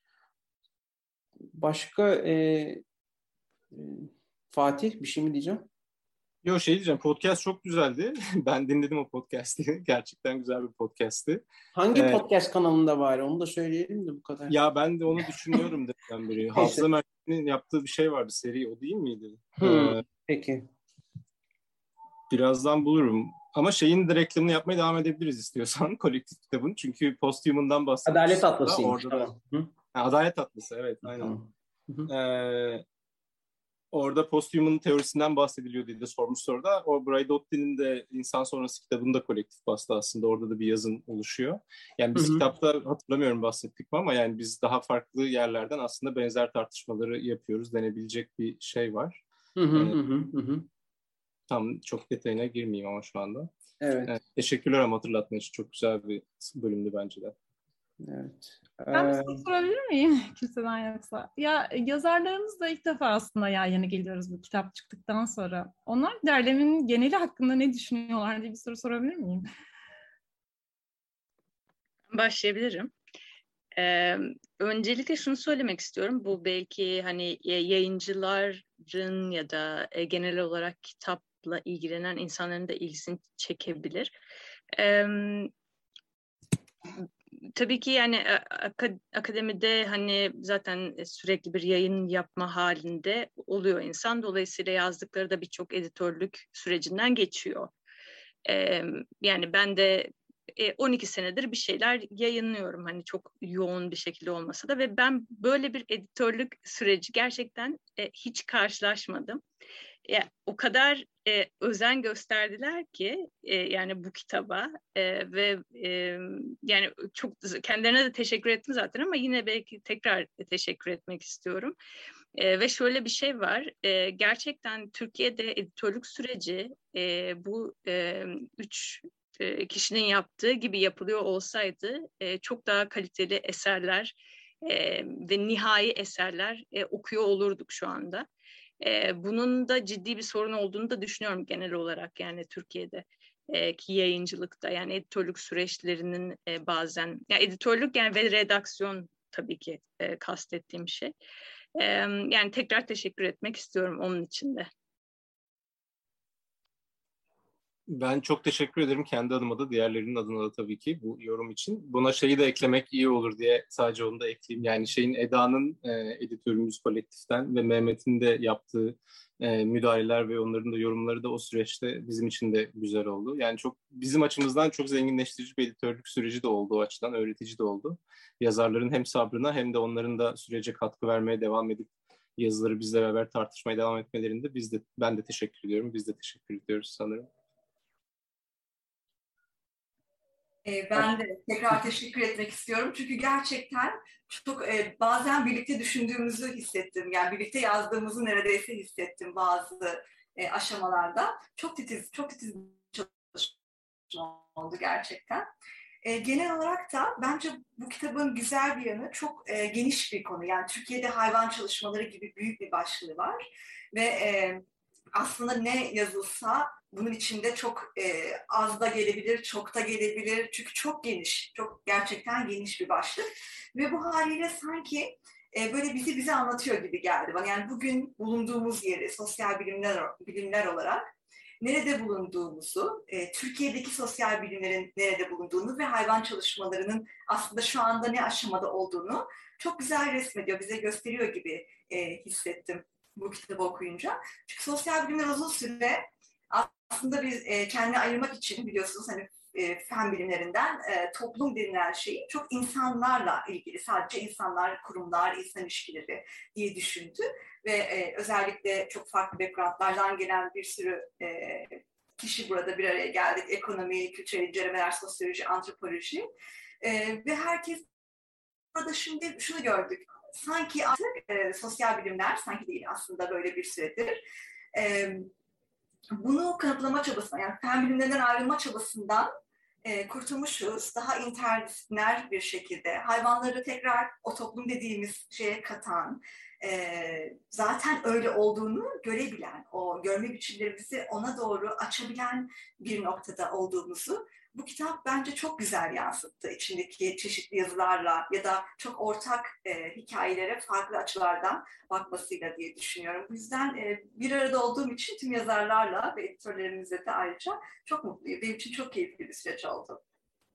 başka e, e, Fatih bir şey mi diyeceğim? Yok şey diyeceğim, podcast çok güzeldi. Ben dinledim o podcast'i. Gerçekten güzel bir podcast'ti. Hangi ee, podcast kanalında var? Onu da söyleyelim de bu kadar. Ya ben de onu düşünüyorum desem biri. Hafıza Merkezi'nin yaptığı bir şey vardı, seri, o değil miydi? Hmm, ee, peki. Birazdan bulurum. Ama şeyin de reklamını yapmaya devam edebiliriz istiyorsan, kolektif kitabın. Çünkü Posthuman'dan bahsediyoruz. Adalet Atlası'ymış. Orada tamam. da... Ha, Adalet Atlası, evet. Aynen. Tamam. Hı Ee, orada Posthuman teorisinden bahsediliyor diye de sormuş soruda. O Braidotti'nin de İnsan Sonrası kitabını da kolektif bastı aslında. Orada da bir yazın oluşuyor. Yani biz hı hı. kitapta hatırlamıyorum bahsettik mi ama yani biz daha farklı yerlerden aslında benzer tartışmaları yapıyoruz denebilecek bir şey var. Hı hı, ee, hı hı. Tam çok detayına girmeyeyim ama şu anda. Evet. Ee, teşekkürler ama hatırlatma için. Çok güzel bir bölümdü bence de. Evet. Ben bir soru sorabilir miyim kimseden yoksa? Ya yazarlarımız da ilk defa aslında yayına geliyoruz bu kitap çıktıktan sonra. Onlar derlemenin geneli hakkında ne düşünüyorlar diye bir soru sorabilir miyim? Başlayabilirim. Ee, öncelikle şunu söylemek istiyorum. Bu belki hani yayıncıların ya da genel olarak kitapla ilgilenen insanların da ilgisini çekebilir. Ee, Tabii ki yani akademide hani zaten sürekli bir yayın yapma halinde oluyor insan. Dolayısıyla yazdıkları da birçok editörlük sürecinden geçiyor. Ee, yani ben de on iki senedir bir şeyler yayınlıyorum hani çok yoğun bir şekilde olmasa da ve ben böyle bir editörlük süreci gerçekten hiç karşılaşmadım. Ya, o kadar e, özen gösterdiler ki e, yani bu kitaba e, ve e, yani çok kendilerine de teşekkür ettim zaten ama yine belki tekrar teşekkür etmek istiyorum. E, ve şöyle bir şey var, e, gerçekten Türkiye'de editörlük süreci e, bu e, üç e, kişinin yaptığı gibi yapılıyor olsaydı e, çok daha kaliteli eserler e, ve nihai eserler e, okuyor olurduk şu anda. Ee, bunun da ciddi bir sorun olduğunu da düşünüyorum genel olarak yani Türkiye'de e, ki yayıncılıkta yani editörlük süreçlerinin e, bazen yani editörlük yani ve redaksiyon tabii ki e, kastettiğim şey. E, yani tekrar teşekkür etmek istiyorum onun için de. Ben çok teşekkür ederim kendi adıma da, diğerlerinin adına da tabii ki bu yorum için. Buna şeyi de eklemek iyi olur diye sadece onu da ekleyeyim. Yani şeyin, Eda'nın e, editörümüz kolektiften ve Mehmet'in de yaptığı e, müdahaleler ve onların da yorumları da o süreçte bizim için de güzel oldu. Yani çok bizim açımızdan çok zenginleştirici bir editörlük süreci de oldu o açıdan, öğretici de oldu. Yazarların hem sabrına hem de onların da sürece katkı vermeye devam edip yazıları bizle beraber tartışmaya devam etmelerinde biz de, ben de teşekkür ediyorum. Biz de teşekkür ediyoruz sanırım. Ben de tekrar teşekkür etmek istiyorum. Çünkü gerçekten çok e, bazen birlikte düşündüğümüzü hissettim. Yani birlikte yazdığımızı neredeyse hissettim bazı e, aşamalarda. Çok titiz, çok titiz bir çalışma oldu gerçekten. E, genel olarak da bence bu kitabın güzel bir yanı, çok e, geniş bir konu. Yani Türkiye'de hayvan çalışmaları gibi büyük bir başlığı var. Ve e, aslında ne yazılsa bunun içinde çok e, az da gelebilir, çok da gelebilir. Çünkü çok geniş, çok gerçekten geniş bir başlık. Ve bu haliyle sanki e, böyle bizi bize anlatıyor gibi geldi bana. Yani bugün bulunduğumuz yeri, sosyal bilimler, bilimler olarak nerede bulunduğumuzu, e, Türkiye'deki sosyal bilimlerin nerede bulunduğunu ve hayvan çalışmalarının aslında şu anda ne aşamada olduğunu çok güzel resmediyor, bize gösteriyor gibi e, hissettim bu kitabı okuyunca. Çünkü sosyal bilimler uzun süre aslında biz e, kendini ayırmak için, biliyorsunuz hani e, fen bilimlerinden e, toplum denilen şeyi çok insanlarla ilgili, sadece insanlar, kurumlar, insan ilişkileri diye düşündü. Ve e, özellikle çok farklı backgroundlardan gelen bir sürü e, kişi burada bir araya geldik. Ekonomi, kültürel incelemeler, sosyoloji, antropoloji. E, ve herkes burada şimdi şunu gördük. Sanki artık e, sosyal bilimler, sanki değil aslında böyle bir süredir, e, bunu kanıtlama çabasından, yani fen bilimlerinden ayrılma çabasından e, kurtulmuşuz. Daha interdisipliner bir şekilde hayvanları tekrar o toplum dediğimiz şeye katan, e, zaten öyle olduğunu görebilen, o görme biçimlerimizi ona doğru açabilen bir noktada olduğumuzu bu kitap bence çok güzel yansıttı, içindeki çeşitli yazılarla ya da çok ortak e, hikayelere farklı açılardan bakmasıyla diye düşünüyorum. Bu yüzden e, bir arada olduğum için tüm yazarlarla ve editörlerimizle de ayrıca çok mutluyum. Benim için çok keyifli bir süreç oldu.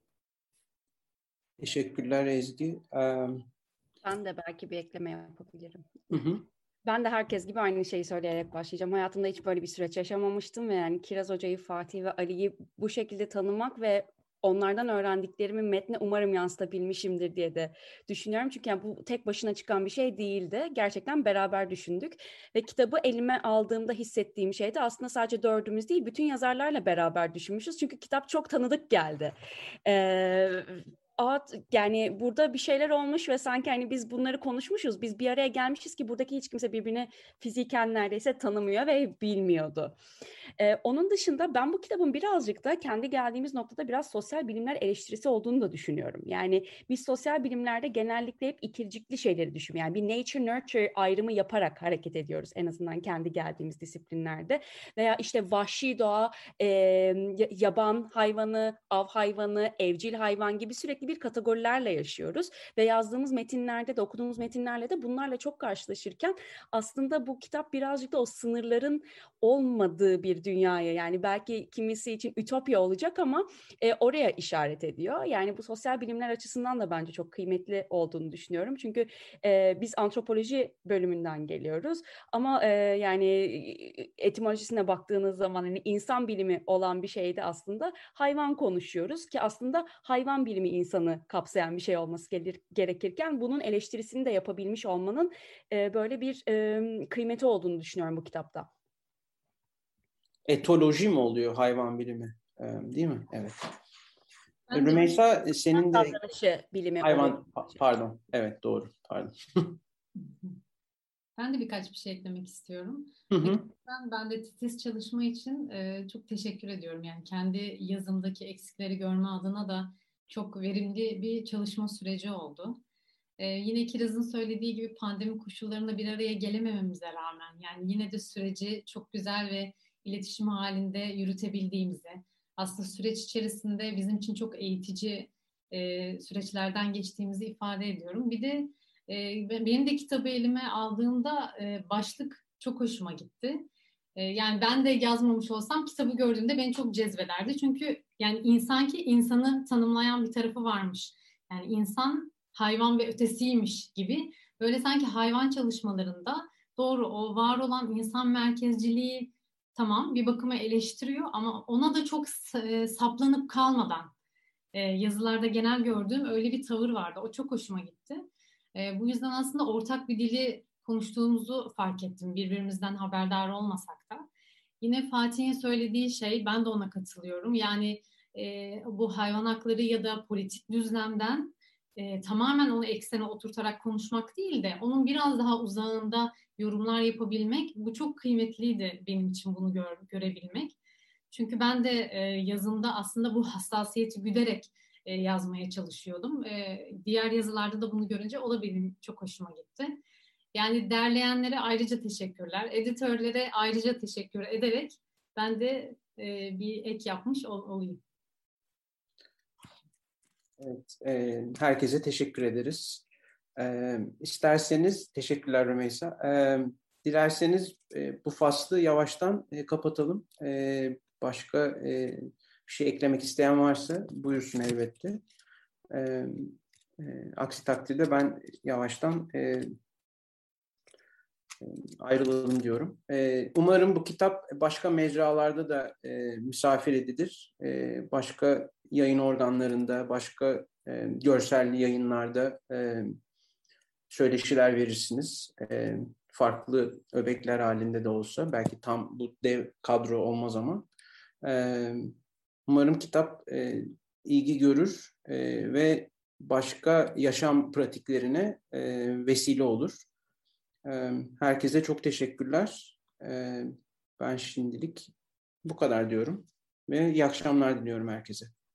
Teşekkürler Ezgi. Um... Ben de belki bir ekleme yapabilirim. Hı hı. Ben de herkes gibi aynı şeyi söyleyerek başlayacağım. Hayatımda hiç böyle bir süreç yaşamamıştım ve yani Kiraz Hoca'yı, Fatih ve Ali'yi bu şekilde tanımak ve onlardan öğrendiklerimi metne umarım yansıtabilmişimdir diye de düşünüyorum. Çünkü yani bu tek başına çıkan bir şey değildi. Gerçekten beraber düşündük. Ve kitabı elime aldığımda hissettiğim şey de aslında sadece dördümüz değil, bütün yazarlarla beraber düşünmüşüz. Çünkü kitap çok tanıdık geldi. Ee, Yani burada bir şeyler olmuş ve sanki hani biz bunları konuşmuşuz. Biz bir araya gelmişiz ki buradaki hiç kimse birbirini fiziken neredeyse tanımıyor ve bilmiyordu. Ee, onun dışında ben bu kitabın birazcık da kendi geldiğimiz noktada biraz sosyal bilimler eleştirisi olduğunu da düşünüyorum. Yani biz sosyal bilimlerde genellikle hep ikircikli şeyleri düşünüyoruz. Yani bir nature-nurture ayrımı yaparak hareket ediyoruz en azından kendi geldiğimiz disiplinlerde. Veya işte vahşi doğa, e, yaban hayvanı, av hayvanı, evcil hayvan gibi sürekli bir kategorilerle yaşıyoruz. Ve yazdığımız metinlerde de, okuduğumuz metinlerle de bunlarla çok karşılaşırken aslında bu kitap birazcık da o sınırların olmadığı bir dünyaya, yani belki kimisi için ütopya olacak ama e, oraya işaret ediyor. Yani bu sosyal bilimler açısından da bence çok kıymetli olduğunu düşünüyorum. Çünkü e, biz antropoloji bölümünden geliyoruz ama e, yani etimolojisine baktığınız zaman hani insan bilimi olan bir şeyde aslında hayvan konuşuyoruz ki aslında hayvan bilimi insanı kapsayan bir şey olması gelir, gerekirken bunun eleştirisini de yapabilmiş olmanın e, böyle bir e, kıymeti olduğunu düşünüyorum bu kitapta. Etoloji mi oluyor hayvan bilimi? Ee, değil mi? Evet. Ben Rümeysa de, senin de bilimi hayvan oluyor. Pardon. Evet doğru. Pardon. Ben de birkaç bir şey eklemek istiyorum. Hı hı. Ben, ben de titiz çalışma için e, çok teşekkür ediyorum. Yani kendi yazımdaki eksikleri görme adına da çok verimli bir çalışma süreci oldu. Ee, yine Kiraz'ın söylediği gibi pandemi koşullarında bir araya gelemememize rağmen yani yine de süreci çok güzel ve iletişim halinde yürütebildiğimizi, aslında süreç içerisinde bizim için çok eğitici e, süreçlerden geçtiğimizi ifade ediyorum. Bir de e, benim de kitabı elime aldığımda e, başlık çok hoşuma gitti. E, yani ben de yazmamış olsam kitabı gördüğümde beni çok cezbederdi. Çünkü yani insan ki insanı tanımlayan bir tarafı varmış. Yani insan hayvan ve ötesiymiş gibi. Böyle sanki hayvan çalışmalarında doğru o var olan insan merkezciliği tamam bir bakıma eleştiriyor ama ona da çok e, saplanıp kalmadan e, yazılarda genel gördüğüm öyle bir tavır vardı. O çok hoşuma gitti. E, bu yüzden aslında ortak bir dili konuştuğumuzu fark ettim birbirimizden haberdar olmasak da. Yine Fatih'in söylediği şey ben de ona katılıyorum. Yani e, bu hayvan hakları ya da politik düzlemden e, tamamen onu eksene oturtarak konuşmak değil de onun biraz daha uzağında yorumlar yapabilmek bu çok kıymetliydi benim için bunu gör, görebilmek. Çünkü ben de e, yazımda aslında bu hassasiyeti güderek e, yazmaya çalışıyordum. E, diğer yazılarda da bunu görünce o da benim çok hoşuma gitti. Yani derleyenlere ayrıca teşekkürler, editörlere ayrıca teşekkür ederek ben de e, bir ek yapmış ol, olayım. Evet, e, herkese teşekkür ederiz. E, isterseniz, teşekkürler Rümeysa. E, dilerseniz e, bu faslı yavaştan e, kapatalım. E, başka e, bir şey eklemek isteyen varsa buyursun elbette. E, e, aksi takdirde ben yavaştan e, ayrılalım diyorum. E, umarım bu kitap başka mecralarda da e, misafir edilir. E, başka yayın organlarında, başka e, görsel yayınlarda e, söyleşiler verirsiniz. E, farklı öbekler halinde de olsa. Belki tam bu dev kadro olmaz ama. E, umarım kitap e, ilgi görür e, ve başka yaşam pratiklerine e, vesile olur. Herkese çok teşekkürler. Ben şimdilik bu kadar diyorum ve iyi akşamlar diliyorum herkese.